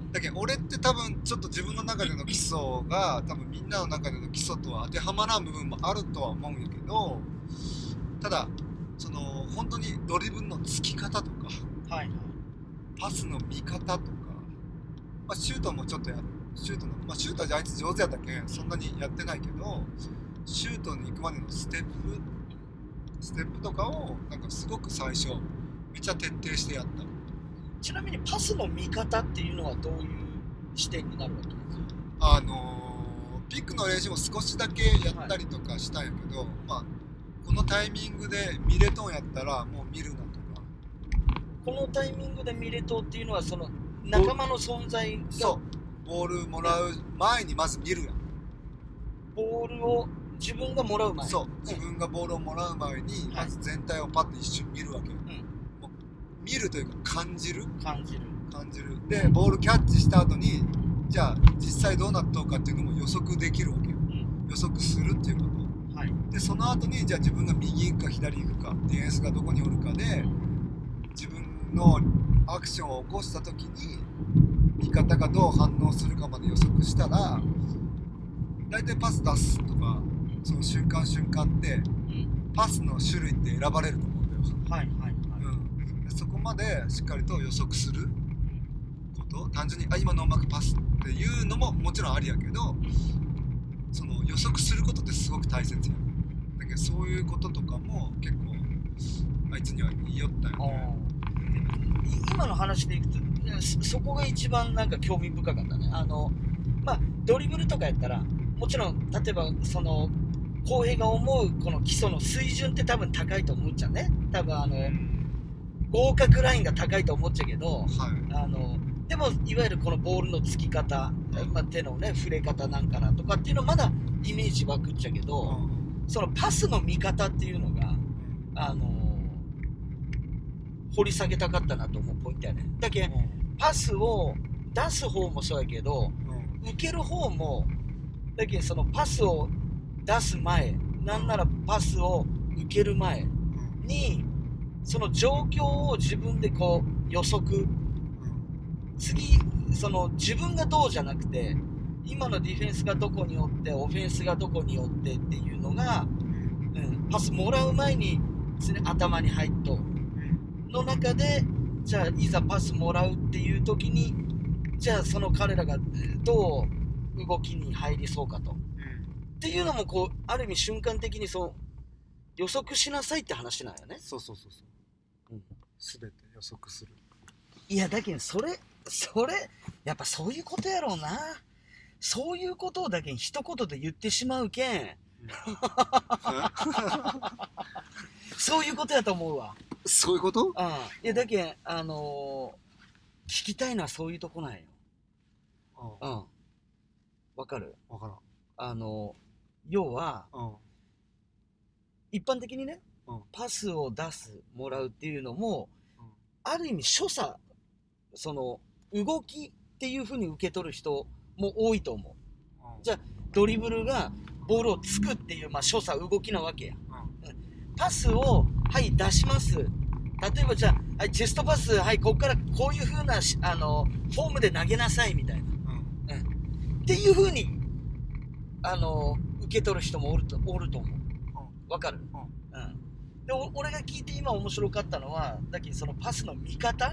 だけど俺って多分ちょっと自分の中での基礎が多分みんなの中での基礎とは当てはまらん部分もあるとは思うんやけど、ただその本当にドリブルのつき方とか、はい、パスの見方とか、まあ、シュートもちょっとやってシュートの、まあ、シュートはあいつ上手やったっけそんなにやってないけど、シュートに行くまでのステップステップとかをなんかすごく最初めっちゃ徹底してやった。 ちなみにパスの見方っていうのはどういう視点になるわけですか？ あのー、ピックの練習も少しだけやったりとかしたんやけど、はい、まあ、このタイミングで見れとんやったらもう見るなとか。 このタイミングで見れとっていうのはその仲間の存在が、 そうボールもらう前にまず見るやん。 ボールを自分がもらう前に、 そう、自分がボールをもらう前にまず全体をパッと一瞬見るわけよ、うん、もう見るというか感じる感じる感じるでボールキャッチした後にじゃあ実際どうなっとうかっていうのも予測できるわけよ、うん、予測するっていうこと、はい、でその後にじゃあ自分が右行くか左行くかディフェンスがどこにおるかで自分のアクションを起こした時に味方がどう反応するかまで予測したら大体パス出すとかその瞬間瞬間ってパスの種類って選ばれると思うんだよ、はいはいはい、うん、でそこまでしっかりと予測すること単純にあ今のうまくパスっていうのももちろんありやけどその予測することってすごく大切やだけどそういうこととかも結構あいつには言いよったよね。 今の話でいくとそこが一番なんか興味深かったね。あのまあドリブルとかやったらもちろん例えばその公平が思うこの基礎の水準って多分高いと思っちゃうね。多分あの合格ラインが高いと思っちゃうけど、はい、あのでもいわゆるこのボールのつき方、まあ、手のね触れ方なんかなとかっていうのまだイメージ湧くっちゃうけど、そのパスの見方っていうのがあの掘り下げたかったなと思うポイントやね。だけどパスを出す方もそうやけど、うん、受ける方もだけどそのパスを出す前なんならパスを受ける前にその状況を自分でこう予測次その自分がどうじゃなくて今のディフェンスがどこによってオフェンスがどこによってっていうのが、うん、パスもらう前に頭に入っとの中でじゃあいざパスもらうっていう時にじゃあその彼らがどう動きに入りそうかと、うん、っていうのもこうある意味瞬間的にそう予測しなさいって話なんよね。 そうそうそうそう、うん、全て予測する。 いやだけどそれそれやっぱそういうことやろうな。そういうことをだけに一言で言ってしまうけん、うん、そういうことやと思うわ。 そういうこと？ うん。いやだけんあのー、聞きたいのはそういうとこなんよ。うん。 わかる？ 分からん。 あの要はうん一般的にね、 うん、 パスを出すもらうっていうのも、 うん、 ある意味所作、その動きっていう風に受け取る人も多いと思う。 うん、 じゃあドリブルがボールをつくっていう、まあ、所作動きなわけや、 うん、 パスをはい出します。例えばじゃあ、はい、チェストパス、はい、ここからこういう風なあのフォームで投げなさいみたいな、 うんうん、っていう風にあの受け取る人もおるとおると思う。わかる？ うんうんで俺が聞いて今面白かったのは、だけどそのパスの見方、うん、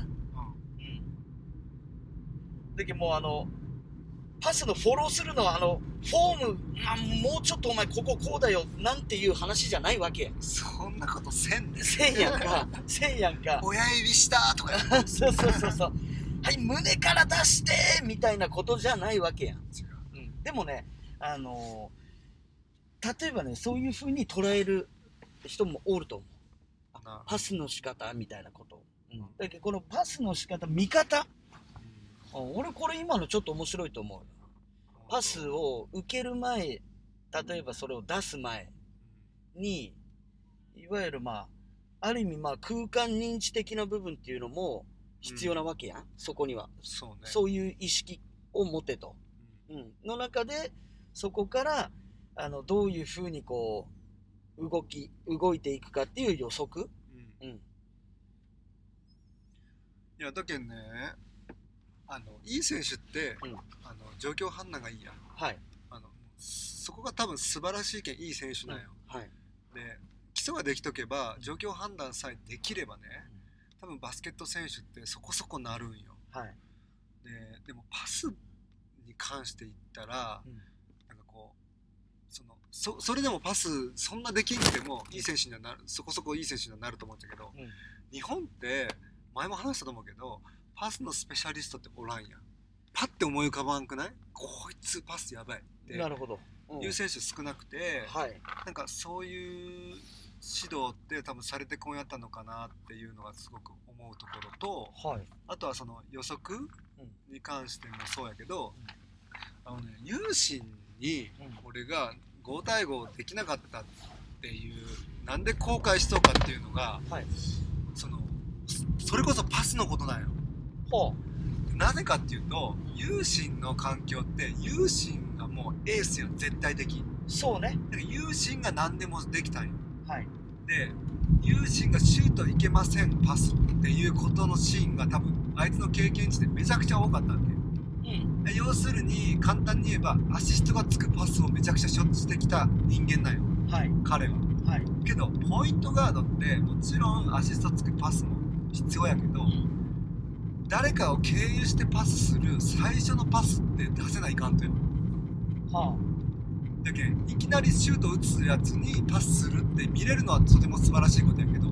だけどもうあのパスのフォローするのはあのフォーム、あ、もうちょっとお前こここうだよなんていう話じゃないわけ。 そんなことせんねん。 せんやんかせんやんか親指したとかやっそうそうそうそうはい胸から出してみたいなことじゃないわけやん、 違う、 うん、でもねあの例えばねそういう風に捉える人もおると思う。パスの仕方みたいなこと、うん、だけどこのパスの仕方見方、うん、俺これ今のちょっと面白いと思う。パスを受ける前、例えばそれを出す前にいわゆるまあある意味まあ空間認知的な部分っていうのも必要なわけやん、うん、そこにはそうね、 そういう意識を持てと、うん、の中でそこからあのどういうふうにこう動き動いていくかっていう予測、うんうん、 いやだけどね、あのいい選手って、うん、あの状況判断がいいやん、 はい、 あのそこが多分素晴らしいけんいい選手なんよ、 うん、はい、 で基礎ができとけば状況判断さえできればね、多分バスケット選手ってそこそこなるんよ、 はい、 で, でもパスに関して言ったら、うん、なんかこうその そ, それでもパスそんなできなくてもいい選手にはなる、そこそこいい選手にはなると思うんだけど、うん、日本って前も話したと思うけどパスのスペシャリストっておらんやん。パッて思い浮かばんくない？こいつパスやばいっていう選手少なくて、 はい、 なんかそういう指導って多分されてこんやったのかなっていうのがすごく思うところと、はい、あとはその予測に関してもそうやけど、うん、あのね有心に俺がご対ごできなかったっていうなんで後悔しそうかっていうのが、はい、そのそれこそパスのことなんよ。ほう。なぜかっていうと有心の環境って有心がもうエースよ、絶対的。 そうね。 だから有心が何でもできたんよ。 はい。 で有心がシュートいけませんパスっていうことのシーンが多分あいつの経験値でめちゃくちゃ多かったわけ。うん、要するに簡単に言えばアシストがつくパスをめちゃくちゃショットしてきた人間なんよ、はい、彼は、はい、けどポイントガードってもちろんアシストつくパスも必要やけど、うん、誰かを経由してパスする最初のパスって出せないかんとよ、はあ、だけいきなりシュート打つやつにパスするって見れるのはとても素晴らしいことやけど、うん、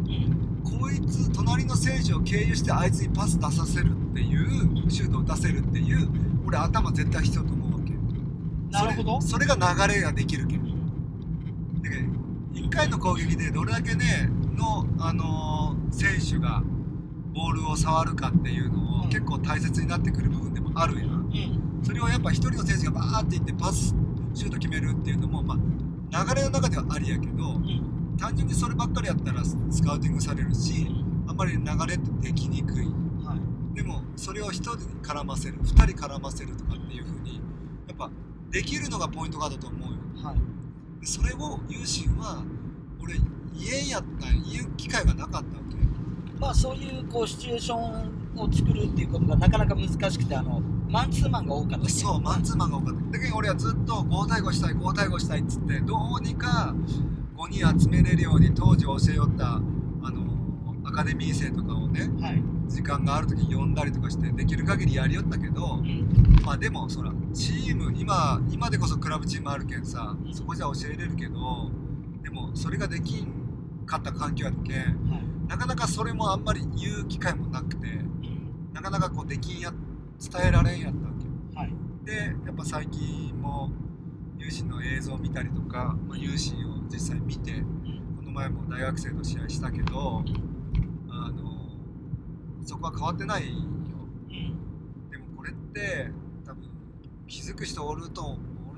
こいつ隣の選手を経由してあいつにパス出させるっていうシュートを打たせるっていう俺頭絶対必要と思うわけ。 なるほど。 それ、それが流れができるけん。だけどいっかいの攻撃でどれだけねの、あのー、選手がボールを触るかっていうのを結構大切になってくる部分でもあるやん、うん、それをやっぱ一人の選手がバーっていってパスシュート決めるっていうのも、まあ、流れの中ではありやけど、うん、単純にそればっかりやったらスカウティングされるし、うん、あんまり流れってできにくい、はい、でもそれを一人に絡ませるふたり絡ませるとかっていう風にやっぱできるのがポイントガードと思うよ、はい、でそれをユーシンは俺言えんやったん言う機会がなかったわけ。 まあそういうこうシチュエーションを作るっていうことがなかなか難しくて、あのマンツーマンが多かった。 そうマンツーマンが多かった。だけど俺はずっとご対ごしたいご対ごしたいっつってどうにかごにん集めれるように当時教えよったあのアカデミー生とかをね、はい、時間がある時に呼んだりとかしてできる限りやりよったけど、うん、まあでもそらチーム今今でこそクラブチームあるけんさ、うん、そこじゃ教えれるけどでもそれができんかった環境やったけん、はい、なかなかそれもあんまり言う機会もなくて、うん、なかなかこうできんや伝えられんやったわけ、はい、でやっぱ最近もユーシンの映像を見たりとか、まあ、ユーシンを実際見て、うん、この前も大学生と試合したけど、あのそこは変わってないよ、うん、でもこれって多分気づく人おるとお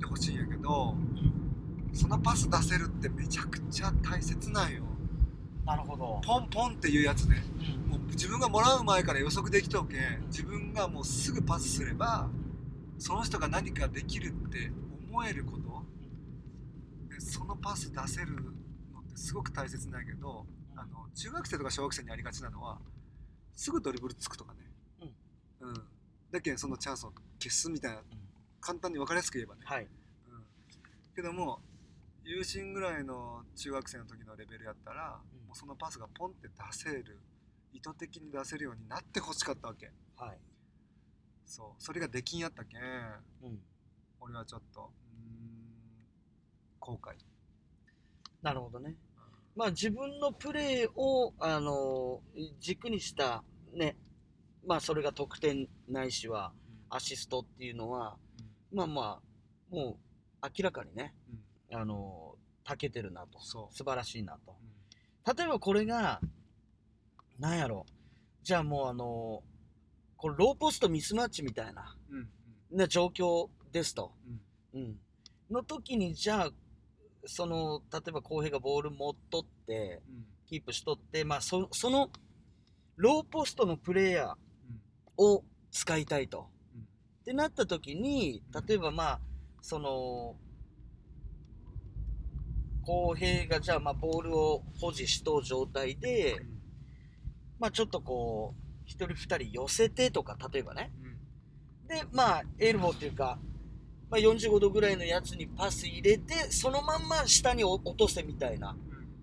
ってほしいんやけど、そのパス出せるってめちゃくちゃ大切なんよ。 なるほど。 ポンポンっていうやつね、 うん、 もう自分がもらう前から予測できとけん、自分がもうすぐパスすればその人が何かできるって思えること、でそのパス出せるのってすごく大切なんやけど、あの中学生とか小学生にありがちなのはすぐドリブルつくとかね、うん、うん、だけんそのチャンスを消すみたいな、簡単に分かりやすく言えばね、 はい、 うん、けども友人ぐらいの中学生の時のレベルやったら、うん、もうそのパスがポンって出せる、意図的に出せるようになってほしかったわけ、はい、そうそれができんやったけん、うん、俺はちょっとうーん後悔。 なるほどね、うん、まあ自分のプレーをあの軸にしたね、まあそれが得点ないしはアシストっていうのは、うん、まあまあもう明らかにね、うん、あの長けてるなと、素晴らしいなと、うん、例えばこれがなんやろ、じゃあもうあのこれローポストミスマッチみたいな、うんうん、な状況ですと、うんうん、の時にじゃあその例えば浩平がボール持っとって、うん、キープしとって、まあ、そ, そのローポストのプレイヤーを使いたいと、うん、ってなった時に例えばまあその浩平がじゃあまあボールを保持しとう状態で、うん、まあちょっとこう一人二人寄せてとか例えばね、うん、でまあエルボーっていうか、まあ、よんじゅうごどぐらいのやつにパス入れてそのまんま下に落とせみたいな、うん、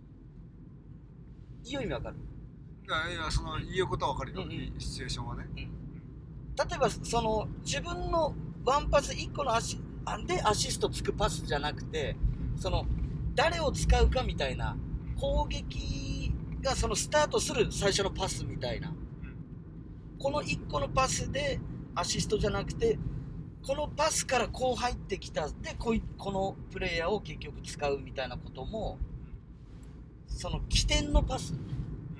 いいよ意味わかる？ いやいやその言うことはわかるよ、うんうん、シチュエーションはね、うん、 例えばその自分のワンパスいっこのアシでアシストつくパスじゃなくて、その誰を使うかみたいな攻撃がそのスタートする最初のパスみたいな、このいっこのパスでアシストじゃなくてこのパスからこう入ってきたで こ, いこのプレイヤーを結局使うみたいなこともその起点のパス、うん、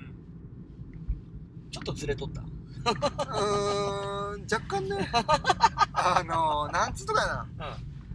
ちょっとずれとったうーん若干ねあのなんつうとかやな、うん、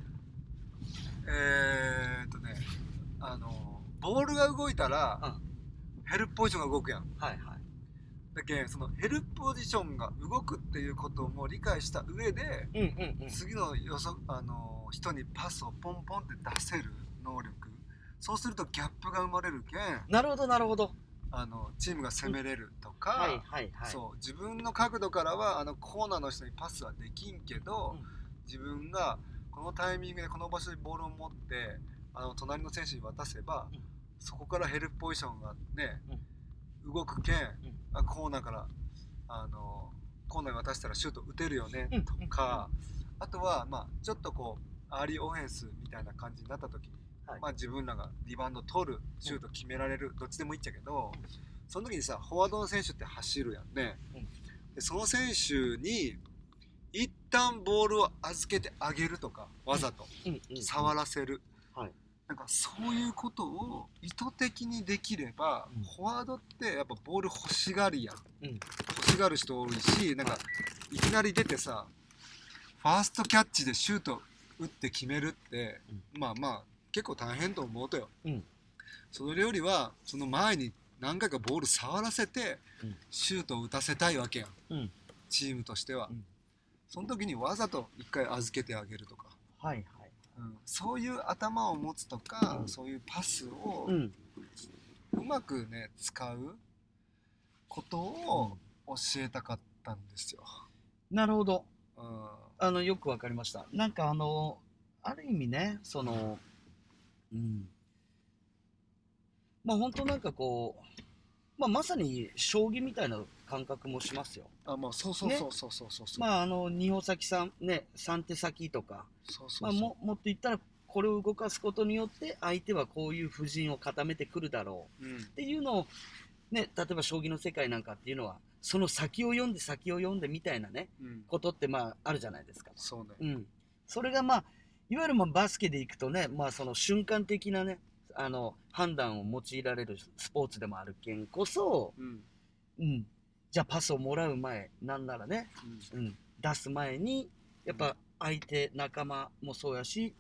えーっとねあのボールが動いたら、うん、ヘルプポジションが動くやん、はいはい、だけそのヘルプポジションが動くっていうことも理解した上で、うんうんうん、次のよそあの人にパスをポンポンって出せる能力、そうするとギャップが生まれるけん、 なるほどなるほど、 あのチームが攻めれるとか、うんはいはいはい、そう自分の角度からはあのコーナーの人にパスはできんけど、うん、自分がこのタイミングでこの場所にボールを持ってあの隣の選手に渡せば、うん、そこからヘルプポジションがね、うん、動くけん、うん、コーナーからあのコーナーに渡したらシュート打てるよね、うん、とか、うん、あとは、まあ、ちょっとこうアーリーオフェンスみたいな感じになった時に、はいまあ、自分らがリバウンド取るシュート決められる、うん、どっちでもいいっちゃけど、うん、その時にさフォワードの選手って走るやんね、うん、でその選手に一旦ボールを預けてあげるとかわざと触らせる、うんうんうんはい、なんかそういうことを意図的にできれば、うん、フォワードってやっぱボール欲しがりやん、うん、欲しがる人多いし、なんかいきなり出てさファーストキャッチでシュート打って決めるって、うん、まあまあ結構大変と思うとよ、うん、それよりはその前に何回かボール触らせて、うん、シュートを打たせたいわけやん、うん、チームとしては、うん、その時にわざと一回預けてあげるとか、はいはいうん、そういう頭を持つとか、うん、そういうパスをうまくね使うことを教えたかったんですよ。 なるほど、うん、あのよくわかりました。なんかあのある意味ねその、うん、まあ本当なんかこう、まあ、まさに将棋みたいな感覚もしますよ。 あ、まあそうそうそうそうそうそう、ね、 まああの二歩先さんねさん手先とか、そうそうそう、まあ、も, もっと言ったらこれを動かすことによって相手はこういう布陣を固めてくるだろう、うん、っていうのをね、例えば将棋の世界なんかっていうのはその先を読んで先を読んでみたいなね、うん、ことってまああるじゃないですか。 そうね、 うん、それがまあいわゆるまあバスケでいくとね、まあその瞬間的なねあの判断を用いられるスポーツでもあるけんこそ、うんうん、じゃあパスをもらう前なんならね、うんうん、出す前にやっぱ相手仲間もそうやし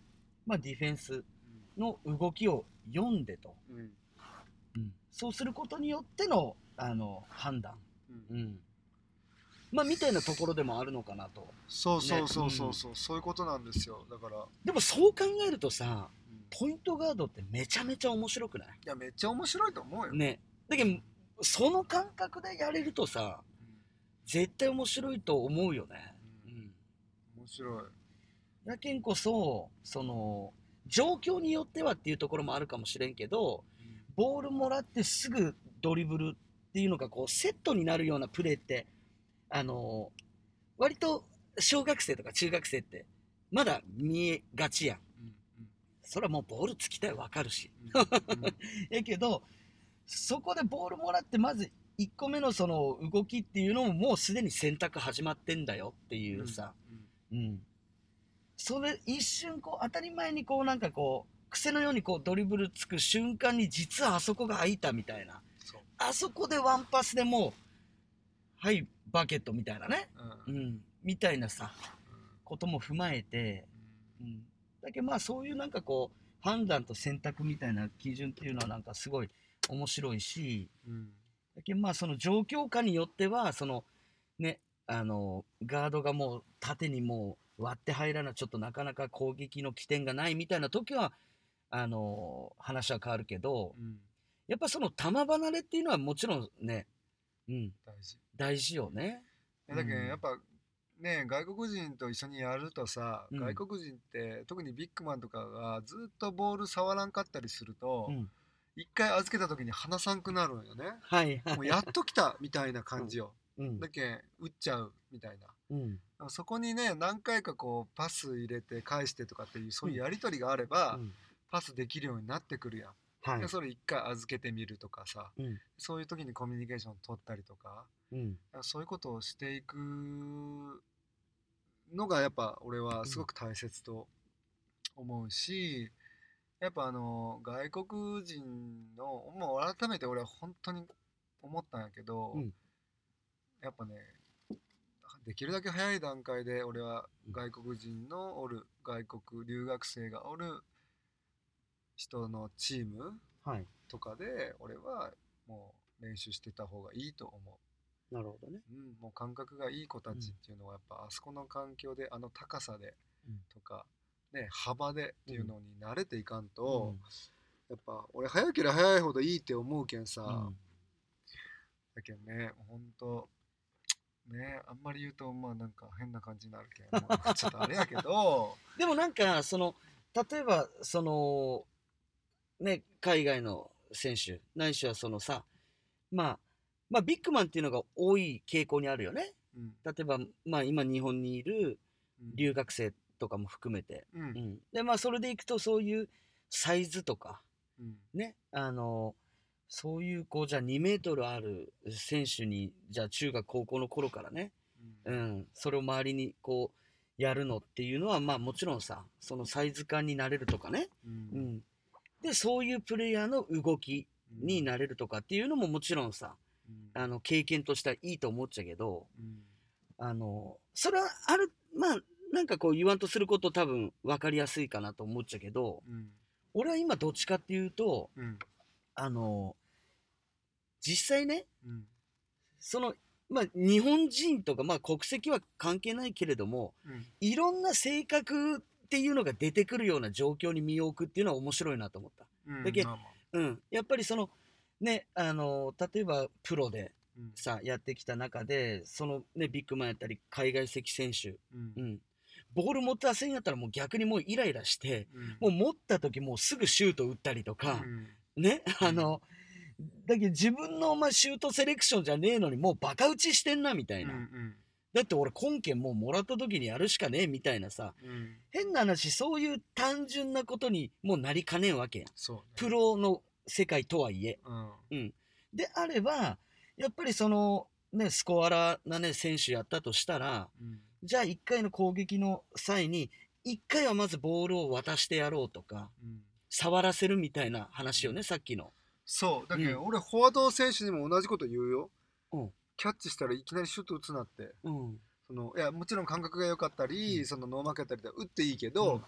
まあ、ディフェンスの動きを読んでと、 うんうん、そうすることによっての、あの判断、 うんうん、まあみたいなところでもあるのかなと。 そうそうそうそうそう、ね、うん、そういうことなんですよ。だからでもそう考えるとさ、うん、ポイントガードってめちゃめちゃ面白くない？ いやめっちゃ面白いと思うよね。だけどその感覚でやれるとさ、うん、絶対面白いと思うよね。 うん、うん、面白い。 やけんこそその状況によってはっていうところもあるかもしれんけど、うん、ボールもらってすぐドリブルっていうのがこうセットになるようなプレーってあの割と小学生とか中学生ってまだ見えがちやん、うんうん、それはもうボールつきたい分かるし、うんうん、やけどそこでボールもらってまずいっこめのその動きっていうのももうすでに選択始まってんだよっていうさ、うんうんうん、それ一瞬こう当たり前にこうなんかこう癖のようにこうドリブルつく瞬間に実はあそこが空いたみたいな、あそこでワンパスでもうはいバケットみたいなね、うんうん、みたいなさ、うん、ことも踏まえて、うん、だけどまあそういうなんかこう判断と選択みたいな基準っていうのはなんかすごい面白いし、うん、だけどまあその状況下によってはそのねあのガードがもう縦にもう割って入らない、ちょっとなかなか攻撃の起点がないみたいな時はあの話は変わるけど、うん、やっぱその球離れっていうのはもちろんね、うん、大事大事よね。 だけどやっぱね、外国人と一緒にやるとさ、うん、外国人って特にビッグマンとかがずっとボール触らんかったりすると、うん、一回預けた時に離さんくなるんよね、はいはい、もうやっと来たみたいな感じよ、うん、だけ打っちゃうみたいな、うん、そこにね何回かこうパス入れて返してとかっていうそういうやり取りがあれば、うん、パスできるようになってくるやん、はい、でそれ一回預けてみるとかさ、うん、そういう時にコミュニケーション取ったりとか、うん、そういうことをしていくのがやっぱ俺はすごく大切と思うし、やっぱあの外国人のもう改めて俺は本当に思ったんやけど、うん、やっぱねできるだけ早い段階で俺は外国人のおる外国留学生がおる人のチームとかで俺はもう練習してた方がいいと思う。 なるほどね、 うん、もう感覚がいい子たちっていうのはやっぱあそこの環境であの高さでとか、ね、幅でっていうのに慣れていかんと、やっぱ俺早ければ早いほどいいって思うけんさ、うん、だけどねほんとねあんまり言うとまあなんか変な感じになるけんもうちょっとあれやけどでもなんかその例えばそのね海外の選手ないしはそのさまあまあビッグマンっていうのが多い傾向にあるよね、うん、例えばまあ今日本にいる留学生とかも含めて、うんうん、でまあそれでいくとそういうサイズとか、うん、ねあのそういうこうじゃあにメートルある選手にじゃあ中学高校の頃からね、うんうん、それを周りにこうやるのっていうのはまあもちろんさそのサイズ感になれるとかね、うんうん、でそういうプレイヤーの動きになれるとかっていうのももちろんさ、うん、あの経験としてはいいと思っちゃうけど、うん、あのそれはあるまあなんかこう言わんとすること多分分かりやすいかなと思っちゃうけど、うん、俺は今どっちかっていうと、うん、あの実際ね、うん、そのまあ日本人とかまあ国籍は関係ないけれども、うん、いろんな性格っていうのが出てくるような状況に身を置くっていうのは面白いなと思った。うん、だけ、まあまあうん、やっぱりそのねあの例えばプロでさ、うん、やってきた中でそのねビッグマンやったり海外籍選手、うんうん、ボール持ったせんやったらもう逆にもうイライラして、うん、もう持った時もうすぐシュート打ったりとか、うん、ねあの、うん、だけど自分のまあシュートセレクションじゃねえのにもうバカ打ちしてんなみたいな、うんうん、だって俺今件もうもらった時にやるしかねえみたいなさ、うん、変な話そういう単純なことにもうなりかねえわけやん、そうね、プロの世界とはいえ、うんうん、であればやっぱりそのねスコアラーなね選手やったとしたら、うん、じゃあいっかいの攻撃の際にいっかいはまずボールを渡してやろうとか、うん、触らせるみたいな話よね、うん、さっきの。 そうだけど、うん、俺フォワード選手にも同じこと言うよ、うん、キャッチしたらいきなりシュート打つなって、うん、そのいやもちろん感覚が良かったり、うん、そのノーマークやったりで打っていいけど、うん、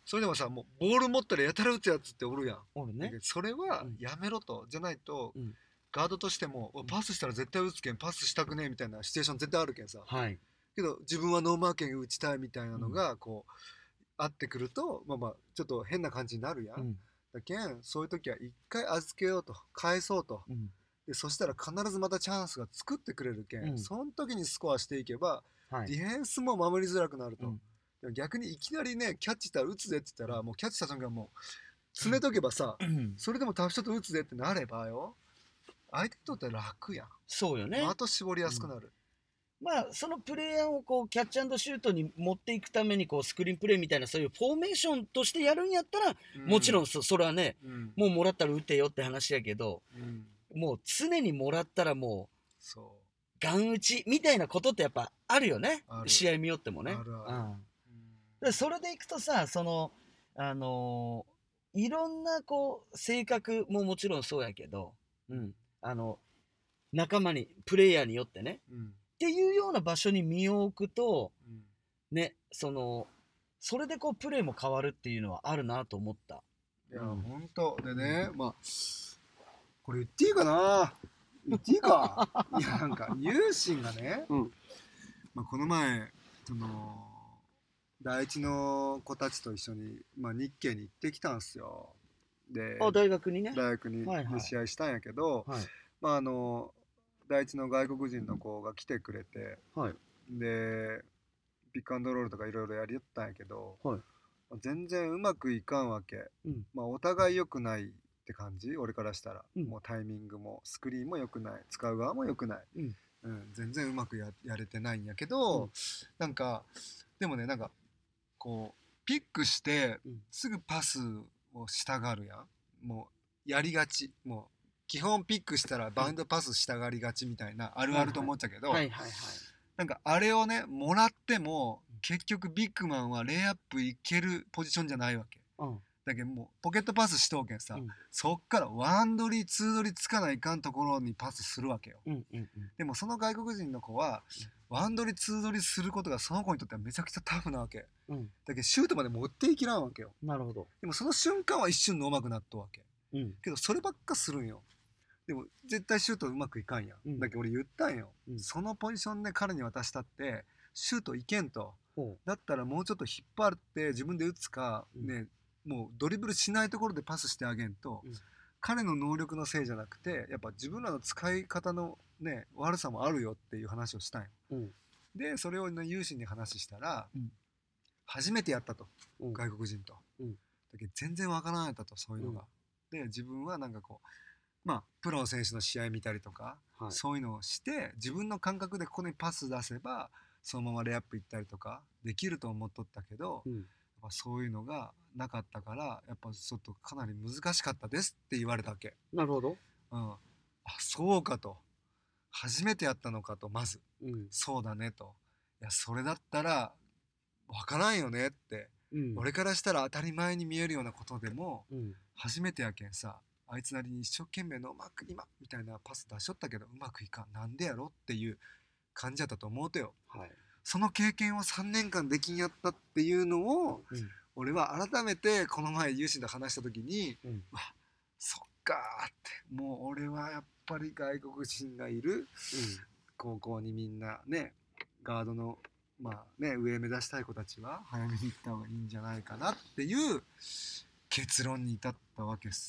それでもさもうボール持ったらやたら打つやつっておるやん。 おるね。 それはうんやめろと、じゃないと、 うんガードとしても、 んパスしたら絶対打つけんパスしたくねえみたいなシチュエーション絶対あるけんさ、 はい。 けど自分はノーマーケン打ちたいみたいなのがこう、あってくるとまあまあちょっと変な感じになるやん、 うん。 だけんそういう時は一回預けようと返そうと、 うん。 でそしたら必ずまたチャンスが作ってくれるけん、 うんその時にスコアしていけば、 はい。 ディフェンスも守りづらくなると、 うんでも逆にいきなりねキャッチしたら打つぜって言ったら、もうキャッチした瞬間もう詰めとけばさ、 うんそれでもタフショット打つぜってなればよ、相手にとっては楽やん、 そうよね。 的絞りやすくなる、 まあそのプレイヤーをこうキャッチ&シュートに持っていくためにこうスクリーンプレーみたいなそういうフォーメーションとしてやるんやったら、 うんもちろん そ, それはねうんもうもらったら打てよって話やけど、 うんもう常にもらったらもうそガン打ちみたいなことってやっぱあるよね。 ある試合見よってもね。 あるあるうんう、 でそれでいくとさ、そのあのーいろんなこう性格ももちろんそうやけど、うん、あの仲間にプレイヤーによってねうんっていうような場所に身を置くとうんね、そのそれでこうプレーも変わるっていうのはあるなと思った。 いや、 うんほんとでね、まあこれ言っていいかな、言っていいかいやなんかユーシンがね、 うんまあ、この前その第一の子たちと一緒に、まあ、日系に行ってきたんすよ。であ、大学にね。 大学に、 はいはいで試合したんやけど、 はいまああの第一の外国人の子が来てくれて、 はいでピックアンドロールとかいろいろやりよったんやけど、 はい全然うまくいかんわけ、 うんまあ、お互い良くないって感じ、俺からしたら、 うんもうタイミングもスクリーンも良くない、使う側も良くない、 うんうん全然うまく や, やれてないんやけど、 うんなんかでもねなんかこうピックしてうんすぐパスをしたがるやん、もうやりがち、もう基本ピックしたらバウンドパスしたがりがちみたいな、あるあると思っちゃうけど、 はいはいはい。 なんかあれをねもらっても結局ビッグマンはレイアップいけるポジションじゃないわけうんだけど、もうポケットパスしとうけんさ、 うんそっからワンドリツードリつかないかんところにパスするわけよ。 うんうんうんでもその外国人の子はワンドリツードリすることがその子にとってはめちゃくちゃタフなわけうんだけど、シュートまで持っていきらんわけよ。 なるほど。 でもその瞬間は一瞬のうまくなっとうわけうんけど、そればっかするんよ。でも絶対シュートうまくいかんやん、 うんだけど俺言ったんよ、 うんそのポジションで彼に渡したってシュートいけんと、 ほだったらもうちょっと引っ張って自分で打つか、 うんね、もうドリブルしないところでパスしてあげんと、 うん彼の能力のせいじゃなくてやっぱ自分らの使い方の、ね、悪さもあるよっていう話をしたんよ。 う。うんでそれを、ね、有志に話したら、 うん初めてやったと、 うん外国人と、 うんだけど全然わからんやったと、そういうのが、で自分はなんかこうまあプロの選手の試合見たりとか、 はいそういうのをして自分の感覚でここにパス出せばそのままレイアップ行ったりとかできると思っとったけど、 うんやっぱそういうのがなかったからやっぱちょっとかなり難しかったですって言われたわけ、 なるほど。 うん、あそうかと、初めてやったのかと、まずうんそうだねと、いやそれだったら分からんよねって、 うん俺からしたら当たり前に見えるようなことでもうん初めてやけんさ、あいつなりに一生懸命のうまく今みたいなパス出しとったけどうまくいかん、なんでやろっていう感じやったと思うとよ。 はい。 その経験をさんねんかんできんやったっていうのをうん俺は改めてこの前有志と話した時に、 うんわそっかーって、もう俺はやっぱり外国人がいる高校にみんなねガードのまあね上目指したい子たちは早めに行った方がいいんじゃないかなっていう結論に至ったわけです。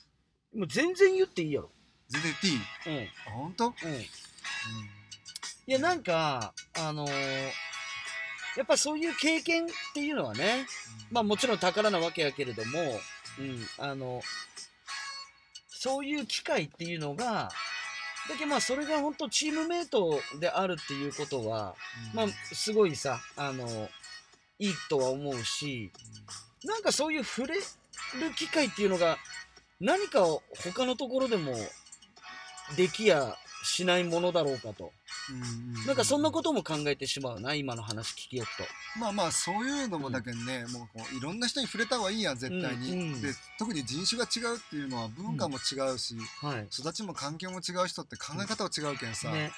もう全然言っていいやろ。 全然言っていい？ うんあ本当？うんうん。いやなんかあのーやっぱそういう経験っていうのはね、まあもちろん宝なわけやけれども、うんあのそういう機会っていうのが、だけどまあそれが本当チームメイトであるっていうことは、まあすごいさあのいいとは思うし、なんかそういう触れる機会っていうのが何かを他のところでもできやしないものだろうかと、なんかそんなことも考えてしまうな、今の話聞きよくと。 まあまあそういうのもだけどね、うん、もうこういろんな人に触れた方がいいやん絶対に、 うんうん、 で特に人種が違うっていうのは文化も違うし、 うんはい、 育ちも環境も違う人って考え方は違うけんさ、 ね、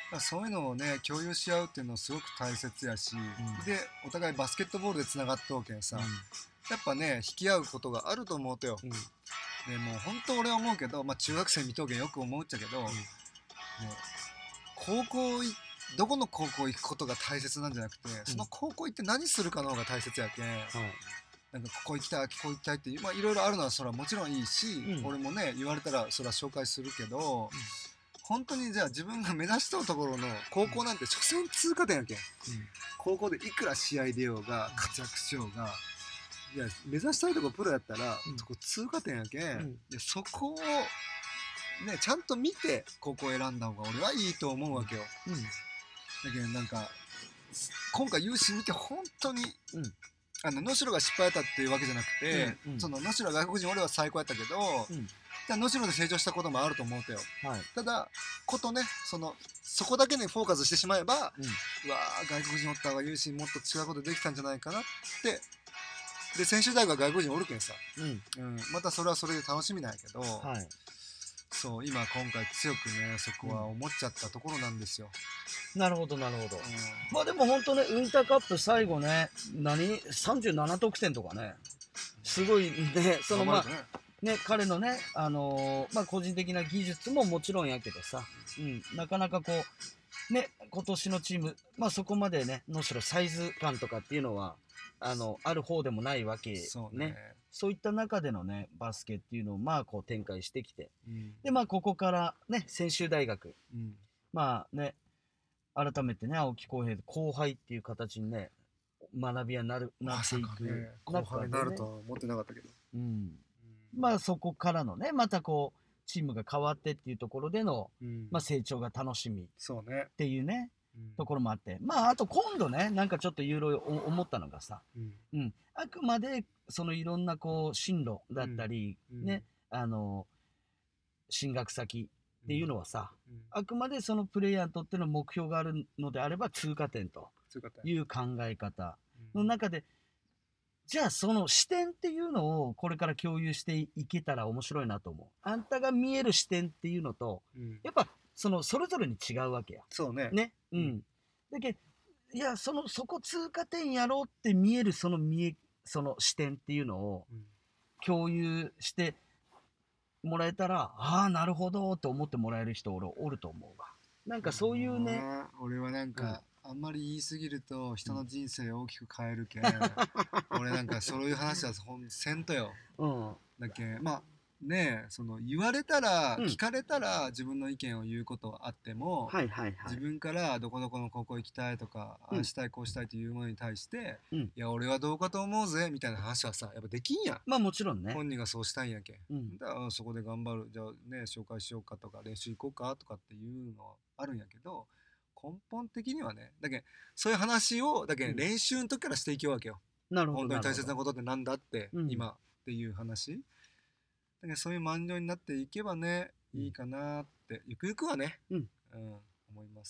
らそういうのをね共有し合うっていうのすごく大切やし、 んでお互いバスケットボールでつながっとうけんさ、やっぱね引き合うことがあると思うとよ、 うんでもう本当俺は思うけど、まあ、中学生見とうけんよく思うっちゃけど、ね、高校いどこの高校行くことが大切なんじゃなくて、その高校行って何するかの方が大切やけん、 はい、 なんかここ行きたいここ行きたいっていうまあいろいろあるのはそれはもちろんいいし、 うん俺もね言われたらそれは紹介するけど、本当にじゃあ自分が目指したところの高校なんて所詮通過点やけん、高校でいくら試合出ようが活躍しようが、いや目指したいとこプロやったら、 うん、 そこ通過点やけん、 うん、 いやそこをねちゃんと見て高校を選んだ方が俺はいいと思うわけよ、 うん、 だけどなんか今回ユーシー見て本当に、 うん、 あの能代が失敗やったっていうわけじゃなくて、 うんうん、 その能代外国人俺は最高やったけど、 うん、 だ能代で成長したこともあると思うとよ、 はい、 ただことねそのそこだけにフォーカスしてしまえば、うん、うわー外国人おった方がユーシーもっと違うことできたんじゃないかなってで専修大学は外国人おるけんさ、うんうん、またそれはそれで楽しみなんやけど、はい、そう今今回強くねそこは思っちゃったところなんですよ、 うん、なるほどなるほど、うん、まあでも本当ねウインターカップ最後ね何さんじゅうなな得点とかねすごいねそのまあね彼のねあのー、まあ個人的な技術ももちろんやけどさ、うん、なかなかこうね今年のチームまあそこまでねむしろサイズ感とかっていうのはあのある方でもないわけそうね、 そういった中でのねバスケっていうのをまあこう展開してきて、 うん、 でまあここからね専修大学、うん、まあね改めてね青木浩平後輩っていう形にね学びやなるなっていく、 ね、後輩になるとは思ってなかったけど、 うん、まあそこからのねまたこうチームが変わってっていうところでの、うん、まあ成長が楽しみっていうねところもあって、まああと今度ねなんかちょっといろいろ思ったのがさ、うんうん、あくまでそのいろんなこう進路だったり、うん、ねあの進学先っていうのはさ、うん、あくまでそのプレイヤーにとっての目標があるのであれば通過点という考え方の中で、じゃあその視点っていうのをこれから共有していけたら面白いなと思う。あんたが見える視点っていうのと、うん、やっぱそのそれぞれに違うわけや。 そうね。 ね。うん。だけどいやそのそこ通過点やろうって見えるその見えその視点っていうのを共有してもらえたら、ああなるほどと思ってもらえる人俺おると思うわ。なんかそういうね。 俺はなんか、うん、あんまり言い過ぎると人の人生を大きく変えるけん、うん、俺なんかそういう話はほんせんとよ、うん、だけまあねえその言われたら、うん、聞かれたら自分の意見を言うことはあっても、はいはいはい、自分からどこどこの高校行きたいとか、うん、ああしたいこうしたいというものに対して、うん、いや俺はどうかと思うぜみたいな話はさやっぱできんやん。 まあもちろんね本人がそうしたいんやけん、うん、だからそこで頑張るじゃあね紹介しようかとか練習行こうかとかっていうのはあるんやけど根本的にはねだけそういう話をだけ練習の時からしていけるわけよ、うん、なるほど本当に大切なことってなんだって、うん、今っていう話だけどそういう満場になっていけばねいいかなってゆくゆくはね、うんうん、思います。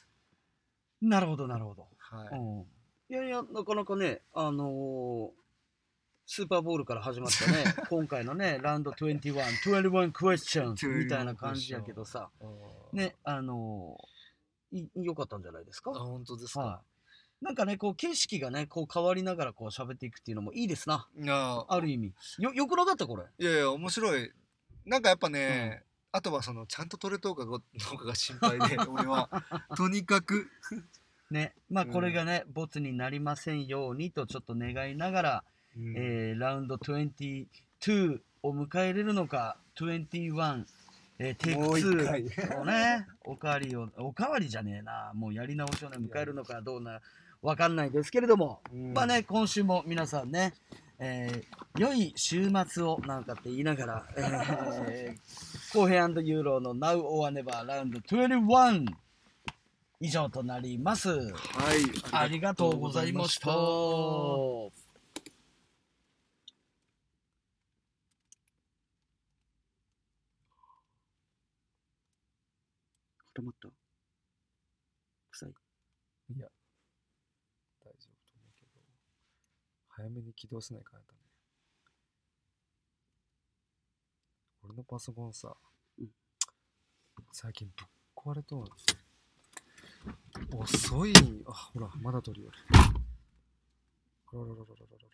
なるほどなるほど、はい、うん、いやいやなかなかねあのー、スーパーボールから始まったね今回のねラウンドにじゅういち、にじゅういちクエスチョンみたいな感じやけどさねあのー、い良かったんじゃないですか。あ本当ですか、はい、 なんかねこう景色がねこう変わりながらこう喋っていくっていうのもいいですな。いやある意味よよくなかったこれ。 いやいや面白い。なんかやっぱね、うん、あとはそのちゃんと撮れとうかどうかが心配で俺はとにかくねまあこれがね、うん、ボツになりませんようにとちょっと願いながら、うんえー、ラウンドにじゅうにを迎えれるのかにじゅういち、えー、テイクツーをねおかわりをおかわりじゃねえなもうやり直しをね迎えるのかどうなわかんないですけれども、うん、まあね今週も皆さんね、えー、良い週末をなんかって言いながら、えー、コーヘイ&ユーロの Now or Never ラウンドにじゅういち以上となります。はい、ありがとうございました。固まった？臭い？ いや、大丈夫と思うけど、早めに起動しないかんやったね。俺のパソコンさ、うん、最近ぶっ壊れとる。 遅い。あ、ほら、まだ鳥よる。あららららららら。